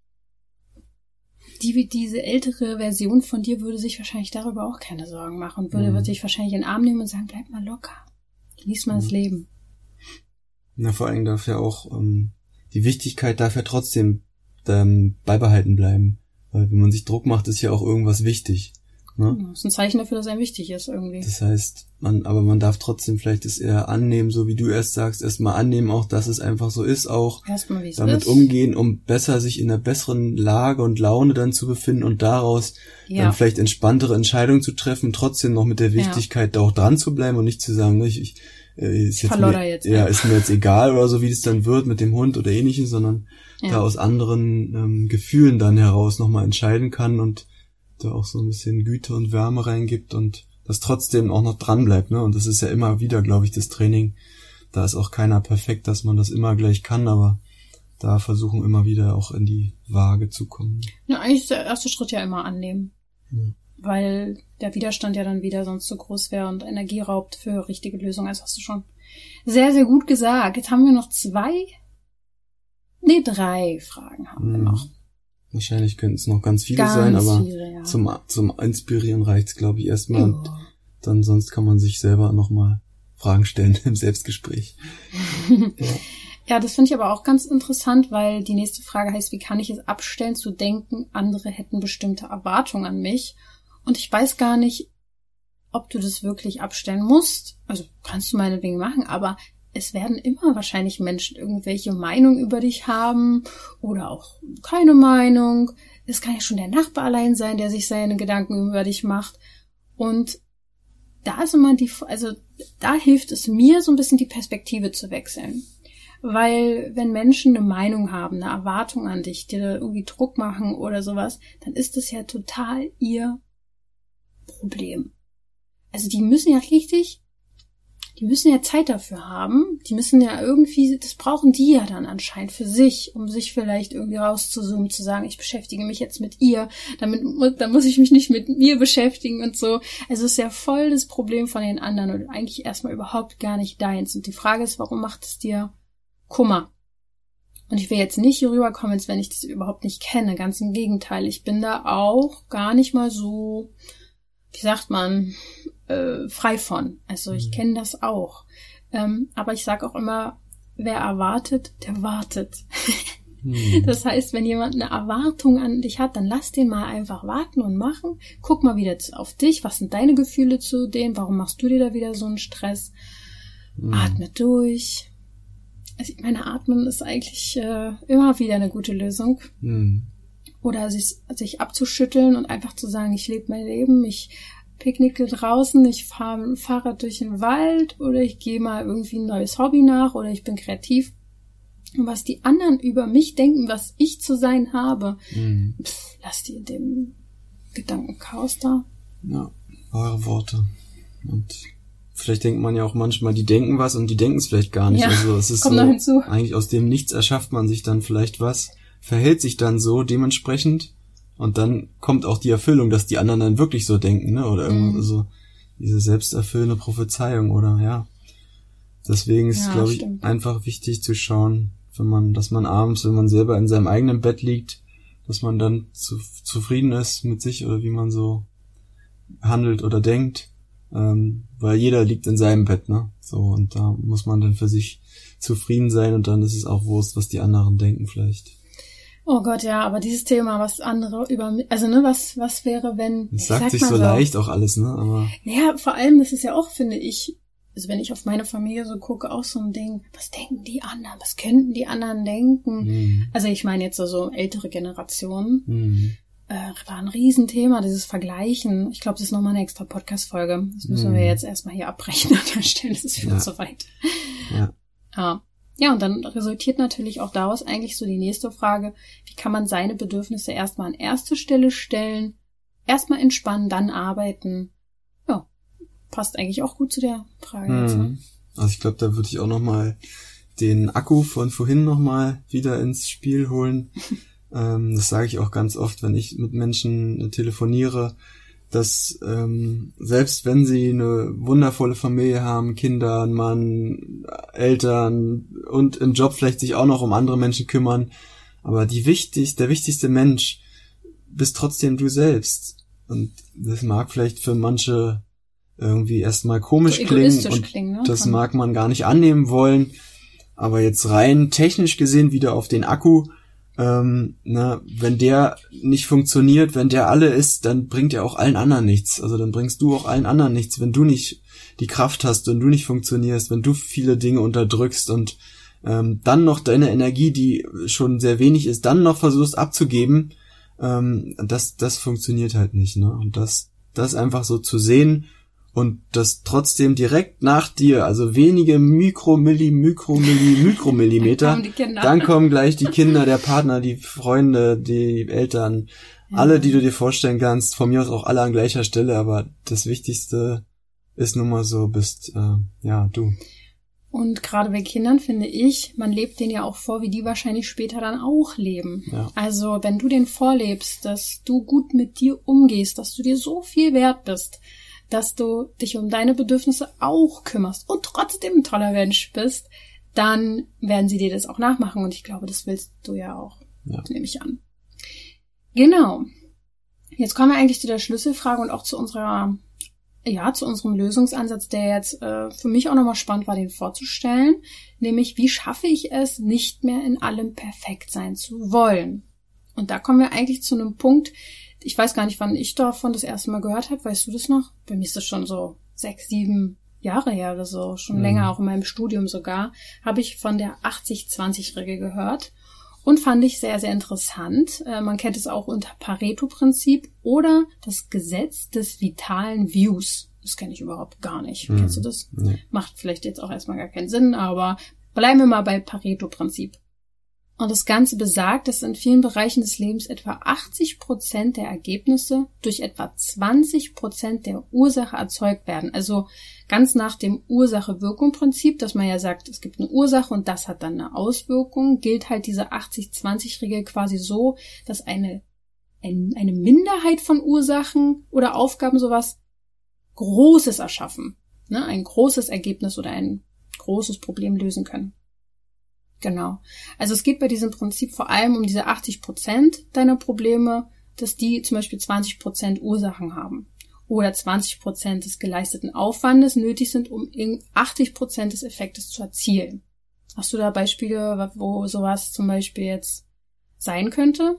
die, diese ältere Version von dir würde sich wahrscheinlich darüber auch keine Sorgen machen und würde, mhm. würde sich wahrscheinlich in den Arm nehmen und sagen, bleib mal locker. Genieß mal mhm. das Leben. Na, vor allem darf ja auch ähm die Wichtigkeit darf ja trotzdem ähm, beibehalten bleiben. Weil wenn man sich Druck macht, ist ja auch irgendwas wichtig. Ne? Das ist ein Zeichen dafür, dass einem wichtig ist irgendwie. Das heißt, man, aber man darf trotzdem vielleicht es eher annehmen, so wie du erst sagst, erstmal annehmen auch, dass es einfach so ist, auch erstmal, wie es damit ist. umgehen, um besser sich in einer besseren Lage und Laune dann zu befinden und daraus ja. dann vielleicht entspanntere Entscheidungen zu treffen, trotzdem noch mit der Wichtigkeit ja. da auch dran zu bleiben und nicht zu sagen, ne, ich, ich Ist jetzt mir, jetzt, ja, ist mir jetzt egal oder so, wie das dann wird mit dem Hund oder ähnlichem, sondern ja. da aus anderen ähm, Gefühlen dann heraus nochmal entscheiden kann und da auch so ein bisschen Güte und Wärme reingibt und das trotzdem auch noch dran bleibt, ne? Und das ist ja immer wieder, glaube ich, das Training. Da ist auch keiner perfekt, dass man das immer gleich kann, aber da versuchen immer wieder auch in die Waage zu kommen. Ja, eigentlich ist der erste Schritt ja immer annehmen. Ja. Weil der Widerstand ja dann wieder sonst zu groß wäre und Energie raubt für richtige Lösungen. Das hast du schon sehr, sehr gut gesagt. Jetzt haben wir noch zwei, nee, drei Fragen haben wir noch. Wahrscheinlich könnten es noch ganz viele ganz sein, aber viele, ja. zum zum Inspirieren reicht's, glaube ich, erstmal. Ja. Und dann sonst kann man sich selber nochmal Fragen stellen im Selbstgespräch. ja. Ja, das finde ich aber auch ganz interessant, weil die nächste Frage heißt, wie kann ich es abstellen zu denken, andere hätten bestimmte Erwartungen an mich? Und ich weiß gar nicht, ob du das wirklich abstellen musst. Also kannst du meinetwegen machen, aber es werden immer wahrscheinlich Menschen irgendwelche Meinungen über dich haben oder auch keine Meinung. Es kann ja schon der Nachbar allein sein, der sich seine Gedanken über dich macht. Und da ist immer die, also da hilft es mir so ein bisschen die Perspektive zu wechseln. Weil wenn Menschen eine Meinung haben, eine Erwartung an dich, dir irgendwie Druck machen oder sowas, dann ist das ja total ihr Problem. Also die müssen ja richtig, die müssen ja Zeit dafür haben, die müssen ja irgendwie, das brauchen die ja dann anscheinend für sich, um sich vielleicht irgendwie rauszuzoomen, zu sagen, ich beschäftige mich jetzt mit ihr, damit, dann muss ich mich nicht mit mir beschäftigen und so. Also es ist ja voll das Problem von den anderen und eigentlich erstmal überhaupt gar nicht deins. Und die Frage ist, warum macht es dir Kummer? Und ich will jetzt nicht hier rüberkommen, als wenn ich das überhaupt nicht kenne. Ganz im Gegenteil. Ich bin da auch gar nicht mal so, wie sagt man, äh, frei von. Also ich kenne das auch. Ähm, aber ich sage auch immer, wer erwartet, der wartet. Mhm. Das heißt, wenn jemand eine Erwartung an dich hat, dann lass den mal einfach warten und machen. Guck mal wieder auf dich. Was sind deine Gefühle zu dem? Warum machst du dir da wieder so einen Stress? Mhm. Atme durch. Also ich meine, Atmen ist eigentlich äh, immer wieder eine gute Lösung. Mhm. Oder sich, sich abzuschütteln und einfach zu sagen, ich lebe mein Leben, ich picknicke draußen, ich fahre mit dem Fahrrad durch den Wald oder ich gehe mal irgendwie ein neues Hobby nach oder ich bin kreativ. Und was die anderen über mich denken, was ich zu sein habe, mhm. pff, lass die in dem Gedankenchaos da. Ja, wahre Worte. Und vielleicht denkt man ja auch manchmal, die denken was und die denken es vielleicht gar nicht. Ja, also es ist kommt so, noch hinzu. Eigentlich aus dem Nichts erschafft man sich dann vielleicht was, verhält sich dann so dementsprechend und dann kommt auch die Erfüllung, dass die anderen dann wirklich so denken, ne? Oder irgendwas, mhm. also diese selbsterfüllende Prophezeiung oder ja. Deswegen ist es, ja, glaube ich, stimmt. einfach wichtig zu schauen, wenn man, dass man abends, wenn man selber in seinem eigenen Bett liegt, dass man dann zu, zufrieden ist mit sich oder wie man so handelt oder denkt, ähm, weil jeder liegt in seinem Bett, ne? So, und da muss man dann für sich zufrieden sein und dann ist es auch Wurst, was die anderen denken vielleicht. Oh Gott, ja, aber dieses Thema, was andere über mich, also ne, was was wäre, wenn... Das sagt sich so, so leicht auch alles, ne? Aber naja, vor allem, das ist ja auch, finde ich, also wenn ich auf meine Familie so gucke, auch so ein Ding, was denken die anderen, was könnten die anderen denken? Mhm. Also ich meine jetzt so, so ältere Generationen. Mhm. Äh, war ein Riesenthema, dieses Vergleichen. Ich glaube, das ist nochmal eine extra Podcast-Folge. Das müssen mhm. wir jetzt erstmal hier abbrechen an der Stelle, das ist viel ja. zu weit. Ja. Ah. Ja, und dann resultiert natürlich auch daraus eigentlich so die nächste Frage, wie kann man seine Bedürfnisse erstmal an erste Stelle stellen, erstmal entspannen, dann arbeiten. Ja, passt eigentlich auch gut zu der Frage mhm. jetzt. Ne? Also ich glaube, da würde ich auch nochmal den Akku von vorhin nochmal wieder ins Spiel holen. ähm, das sage ich auch ganz oft, wenn ich mit Menschen telefoniere, dass ähm, selbst wenn sie eine wundervolle Familie haben, Kinder, einen Mann, Eltern und im Job vielleicht sich auch noch um andere Menschen kümmern, aber die wichtig, der wichtigste Mensch bist trotzdem du selbst. Und das mag vielleicht für manche irgendwie erstmal komisch so klingen und klingen, ne? Das mag man gar nicht annehmen wollen, aber jetzt rein technisch gesehen wieder auf den Akku, Ähm, na, wenn der nicht funktioniert, wenn der alle ist, dann bringt er auch allen anderen nichts. Also dann bringst du auch allen anderen nichts, wenn du nicht die Kraft hast, wenn du nicht funktionierst, wenn du viele Dinge unterdrückst und ähm, dann noch deine Energie, die schon sehr wenig ist, dann noch versuchst abzugeben, ähm, das das funktioniert halt nicht, ne? Und das das einfach so zu sehen und das trotzdem direkt nach dir, also wenige Mikromilli, Mikromilli, Mikromillimeter, dann kommen, dann kommen gleich die Kinder, der Partner, die Freunde, die Eltern, ja. alle, die du dir vorstellen kannst, von mir aus auch alle an gleicher Stelle, aber das Wichtigste ist nun mal so, bist, äh, ja, du. Und gerade bei Kindern finde ich, man lebt denen ja auch vor, wie die wahrscheinlich später dann auch leben. Ja. Also wenn du denen vorlebst, dass du gut mit dir umgehst, dass du dir so viel wert bist, dass du dich um deine Bedürfnisse auch kümmerst und trotzdem ein toller Mensch bist, dann werden sie dir das auch nachmachen. Und ich glaube, das willst du ja auch, ja. nehme ich an. Genau. Jetzt kommen wir eigentlich zu der Schlüsselfrage und auch zu unserer, ja, zu unserem Lösungsansatz, der jetzt äh, für mich auch nochmal spannend war, den vorzustellen. Nämlich, wie schaffe ich es, nicht mehr in allem perfekt sein zu wollen? Und da kommen wir eigentlich zu einem Punkt, ich weiß gar nicht, wann ich davon das erste Mal gehört habe. Weißt du das noch? Bei mir ist das schon so sechs, sieben Jahre her oder so. Schon mhm. länger, auch in meinem Studium sogar, habe ich von der achtzig zwanzig Regel gehört. Und fand ich sehr, sehr interessant. Äh, man kennt es auch unter Pareto-Prinzip oder das Gesetz des vitalen Views. Das kenne ich überhaupt gar nicht. Mhm. Kennst du das? Nee. Macht vielleicht jetzt auch erstmal gar keinen Sinn, aber bleiben wir mal bei Pareto-Prinzip. Und das Ganze besagt, dass in vielen Bereichen des Lebens etwa achtzig Prozent der Ergebnisse durch etwa zwanzig Prozent der Ursache erzeugt werden. Also ganz nach dem Ursache-Wirkung-Prinzip, dass man ja sagt, es gibt eine Ursache und das hat dann eine Auswirkung, gilt halt diese achtzig zwanzig Regel quasi so, dass eine, ein, eine Minderheit von Ursachen oder Aufgaben sowas Großes erschaffen, ne? Ein großes Ergebnis oder ein großes Problem lösen können. Genau. Also es geht bei diesem Prinzip vor allem um diese achtzig Prozent deiner Probleme, dass die zum Beispiel zwanzig Prozent Ursachen haben oder zwanzig Prozent des geleisteten Aufwandes nötig sind, um achtzig Prozent des Effektes zu erzielen. Hast du da Beispiele, wo sowas zum Beispiel jetzt sein könnte?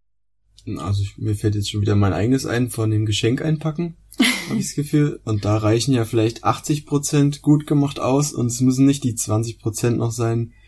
Also ich, mir fällt jetzt schon wieder mein eigenes ein von dem Geschenk einpacken, habe ich das Gefühl. Und da reichen ja vielleicht achtzig Prozent gut gemacht aus und es müssen nicht die zwanzig Prozent noch sein,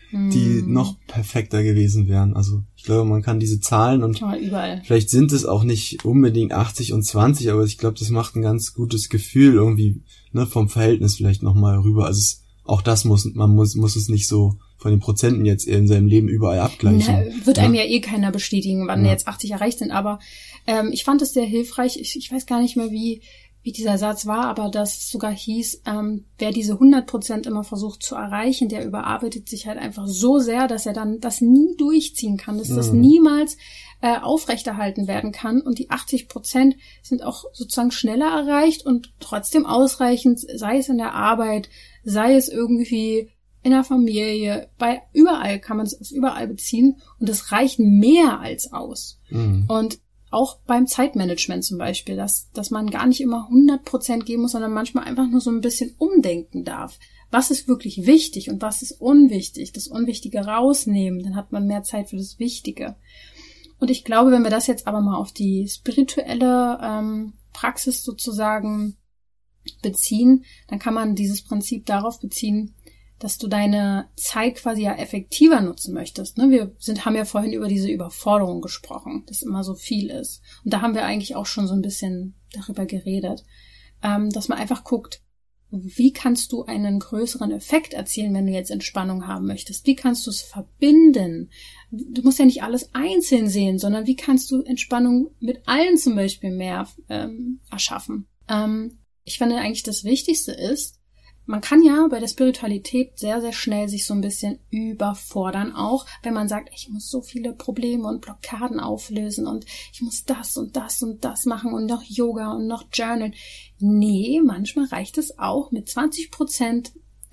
die mm. noch perfekter gewesen wären. Also ich glaube, man kann diese Zahlen und ja, überall. Vielleicht sind es auch nicht unbedingt achtzig und zwanzig, aber ich glaube, das macht ein ganz gutes Gefühl irgendwie, ne, vom Verhältnis vielleicht nochmal rüber. Also es, auch das muss, man muss, muss es nicht so von den Prozenten jetzt in seinem Leben überall abgleichen. Na, wird ja. einem ja eh keiner bestätigen, wann ja. jetzt achtzig erreicht sind, aber ähm, ich fand es sehr hilfreich. Ich, ich weiß gar nicht mehr, wie wie dieser Satz war, aber dass es sogar hieß, ähm, wer diese hundert Prozent immer versucht zu erreichen, der überarbeitet sich halt einfach so sehr, dass er dann das nie durchziehen kann, dass mhm. das niemals äh, aufrechterhalten werden kann. Und die achtzig Prozent sind auch sozusagen schneller erreicht und trotzdem ausreichend, sei es in der Arbeit, sei es irgendwie in der Familie, bei überall kann man es auf überall beziehen und das reicht mehr als aus. Mhm. Und auch beim Zeitmanagement zum Beispiel, dass, dass man gar nicht immer hundert Prozent geben muss, sondern manchmal einfach nur so ein bisschen umdenken darf. Was ist wirklich wichtig und was ist unwichtig? Das Unwichtige rausnehmen, dann hat man mehr Zeit für das Wichtige. Und ich glaube, wenn wir das jetzt aber mal auf die spirituelle ähm, Praxis sozusagen beziehen, dann kann man dieses Prinzip darauf beziehen, dass du deine Zeit quasi ja effektiver nutzen möchtest. Ne? Wir sind, haben ja vorhin über diese Überforderung gesprochen, dass immer so viel ist. Und da haben wir eigentlich auch schon so ein bisschen darüber geredet, ähm, dass man einfach guckt, wie kannst du einen größeren Effekt erzielen, wenn du jetzt Entspannung haben möchtest? Wie kannst du es verbinden? Du musst ja nicht alles einzeln sehen, sondern wie kannst du Entspannung mit allen zum Beispiel mehr ähm, erschaffen? Ähm, ich finde eigentlich das Wichtigste ist, man kann ja bei der Spiritualität sehr, sehr schnell sich so ein bisschen überfordern, auch wenn man sagt, ich muss so viele Probleme und Blockaden auflösen und ich muss das und das und das machen und noch Yoga und noch Journal. Nee, manchmal reicht es auch mit zwanzig Prozent,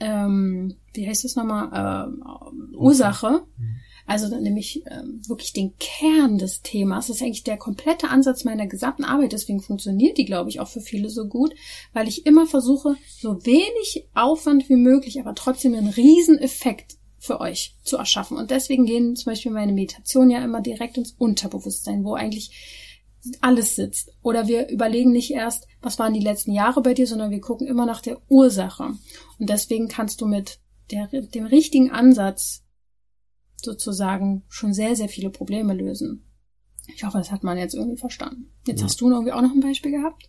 ähm, wie heißt das nochmal, äh, Ursache. Also nämlich ähm, wirklich den Kern des Themas. Das ist eigentlich der komplette Ansatz meiner gesamten Arbeit. Deswegen funktioniert die, glaube ich, auch für viele so gut, weil ich immer versuche, so wenig Aufwand wie möglich, aber trotzdem einen riesen Effekt für euch zu erschaffen. Und deswegen gehen zum Beispiel meine Meditationen ja immer direkt ins Unterbewusstsein, wo eigentlich alles sitzt. Oder wir überlegen nicht erst, was waren die letzten Jahre bei dir, sondern wir gucken immer nach der Ursache. Und deswegen kannst du mit der, dem richtigen Ansatz sozusagen schon sehr, sehr viele Probleme lösen. Ich hoffe, das hat man jetzt irgendwie verstanden. Jetzt ja. Hast du irgendwie auch noch ein Beispiel gehabt?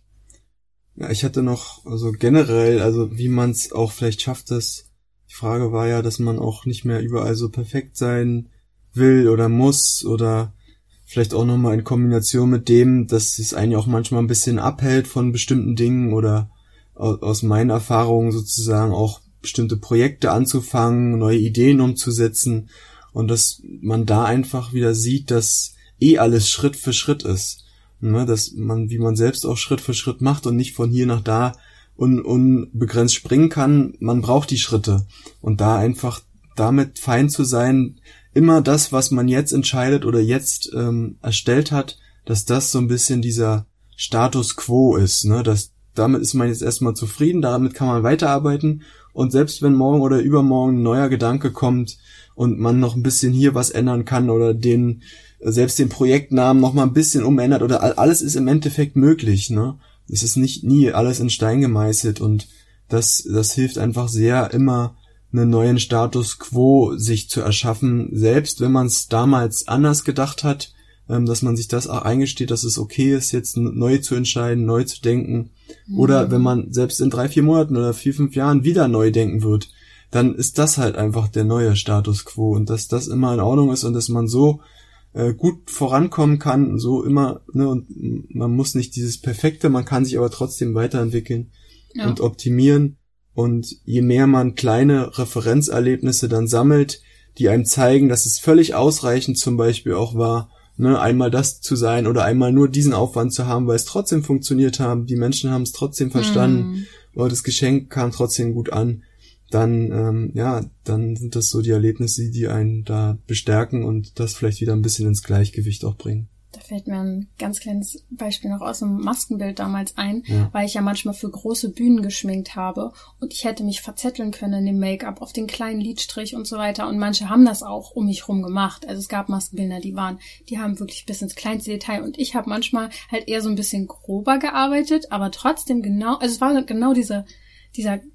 Ja, ich hatte noch, also generell, also wie man es auch vielleicht schafft, dass die Frage war ja, dass man auch nicht mehr überall so perfekt sein will oder muss oder vielleicht auch nochmal in Kombination mit dem, dass es einen auch manchmal ein bisschen abhält von bestimmten Dingen oder aus meinen Erfahrungen sozusagen auch bestimmte Projekte anzufangen, neue Ideen umzusetzen. Und dass man da einfach wieder sieht, dass eh alles Schritt für Schritt ist. Ne? Dass man, wie man selbst auch Schritt für Schritt macht und nicht von hier nach da un- unbegrenzt springen kann. Man braucht die Schritte. Und da einfach damit fein zu sein, immer das, was man jetzt entscheidet oder jetzt ähm, erstellt hat, dass das so ein bisschen dieser Status quo ist. Ne? Dass, damit ist man jetzt erstmal zufrieden, damit kann man weiterarbeiten. Und selbst wenn morgen oder übermorgen ein neuer Gedanke kommt, und man noch ein bisschen hier was ändern kann oder den selbst den Projektnamen noch mal ein bisschen umändert oder alles ist im Endeffekt möglich, ne? Es ist nicht nie alles in Stein gemeißelt und das das hilft einfach sehr, immer einen neuen Status quo sich zu erschaffen, selbst wenn man es damals anders gedacht hat, ähm, dass man sich das auch eingesteht, dass es okay ist, jetzt neu zu entscheiden, neu zu denken. Mhm. Oder wenn man selbst in drei, vier Monaten oder vier, fünf Jahren wieder neu denken wird, dann ist das halt einfach der neue Status quo und dass das immer in Ordnung ist und dass man so äh, gut vorankommen kann, so immer, ne, und man muss nicht dieses Perfekte, man kann sich aber trotzdem weiterentwickeln ja. und optimieren und je mehr man kleine Referenzerlebnisse dann sammelt, die einem zeigen, dass es völlig ausreichend zum Beispiel auch war, ne, einmal das zu sein oder einmal nur diesen Aufwand zu haben, weil es trotzdem funktioniert haben, die Menschen haben es trotzdem verstanden mm. oder das Geschenk kam trotzdem gut an, dann, ähm, ja, dann sind das so die Erlebnisse, die einen da bestärken und das vielleicht wieder ein bisschen ins Gleichgewicht auch bringen. Da fällt mir ein ganz kleines Beispiel noch aus dem Maskenbild damals ein, ja. weil ich ja manchmal für große Bühnen geschminkt habe und ich hätte mich verzetteln können in dem Make-up, auf den kleinen Lidstrich und so weiter und manche haben das auch um mich rum gemacht. Also es gab Maskenbildner, die waren, die haben wirklich bis ins kleinste Detail und ich habe manchmal halt eher so ein bisschen grober gearbeitet, aber trotzdem genau, also es war genau dieser, dieser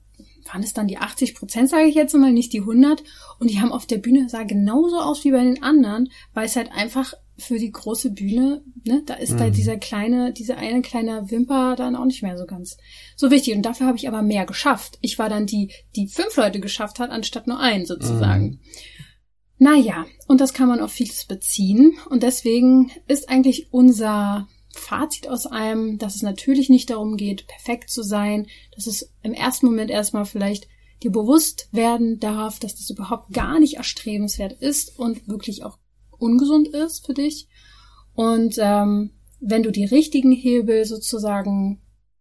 waren es dann die achtzig Prozent, sage ich jetzt mal, nicht die hundert. Und die haben auf der Bühne, sah genauso aus wie bei den anderen, weil es halt einfach für die große Bühne, ne, da ist mhm. da dieser kleine, diese eine kleine Wimper dann auch nicht mehr so ganz so wichtig. Und dafür habe ich aber mehr geschafft. Ich war dann die, die fünf Leute geschafft hat, anstatt nur einen sozusagen. Mhm. Naja, und das kann man auf vieles beziehen. Und deswegen ist eigentlich unser Fazit aus allem, dass es natürlich nicht darum geht, perfekt zu sein, dass es im ersten Moment erstmal vielleicht dir bewusst werden darf, dass das überhaupt gar nicht erstrebenswert ist und wirklich auch ungesund ist für dich. Und ähm, wenn du die richtigen Hebel sozusagen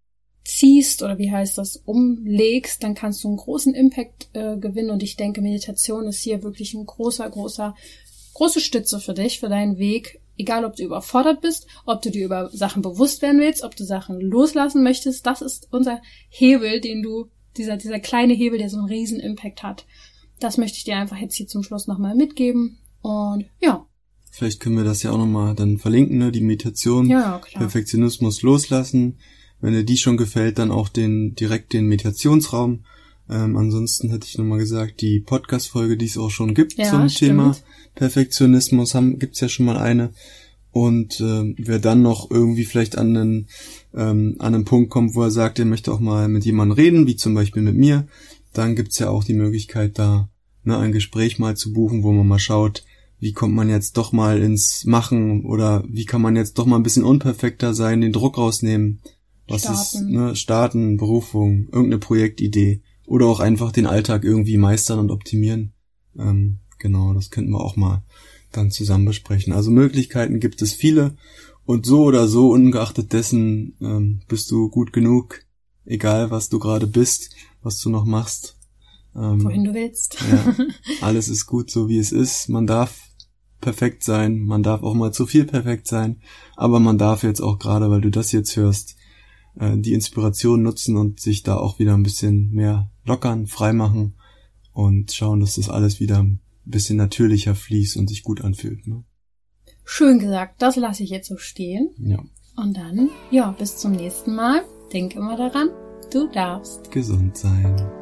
ziehst oder wie heißt das, umlegst, dann kannst du einen großen Impact äh, gewinnen. Und ich denke, Meditation ist hier wirklich ein großer, großer, große Stütze für dich, für deinen Weg. Egal, ob du überfordert bist, ob du dir über Sachen bewusst werden willst, ob du Sachen loslassen möchtest, das ist unser Hebel, den du, dieser, dieser kleine Hebel, der so einen riesen Impact hat. Das möchte ich dir einfach jetzt hier zum Schluss nochmal mitgeben. Und ja. Vielleicht können wir das ja auch nochmal dann verlinken, ne? Die Meditation, ja, klar. Perfektionismus loslassen. Wenn dir die schon gefällt, dann auch den direkt den Meditationsraum. Ähm, ansonsten hätte ich nochmal gesagt, die Podcast-Folge, die es auch schon gibt ja, zum stimmt. Thema Perfektionismus, haben gibt's ja schon mal eine. Und äh, wer dann noch irgendwie vielleicht an einen, ähm, an einen Punkt kommt, wo er sagt, er möchte auch mal mit jemandem reden, wie zum Beispiel mit mir, dann gibt's ja auch die Möglichkeit, da ne, ein Gespräch mal zu buchen, wo man mal schaut, wie kommt man jetzt doch mal ins Machen oder wie kann man jetzt doch mal ein bisschen unperfekter sein, den Druck rausnehmen. Was starten. ist, ne, starten, Berufung, irgendeine Projektidee oder auch einfach den Alltag irgendwie meistern und optimieren. Ähm, genau, das könnten wir auch mal dann zusammen besprechen. Also Möglichkeiten gibt es viele und so oder so, ungeachtet dessen, ähm, bist du gut genug, egal was du gerade bist, was du noch machst. Ähm, Wohin du willst. Ja, alles ist gut, so wie es ist. Man darf perfekt sein, man darf auch mal zu viel perfekt sein, aber man darf jetzt auch gerade, weil du das jetzt hörst, äh, die Inspiration nutzen und sich da auch wieder ein bisschen mehr lockern, freimachen und schauen, dass das alles wieder ein bisschen natürlicher fließt und sich gut anfühlt. Ne? Schön gesagt, das lasse ich jetzt so stehen. Ja. Und dann, ja, bis zum nächsten Mal. Denk immer daran, du darfst gesund sein.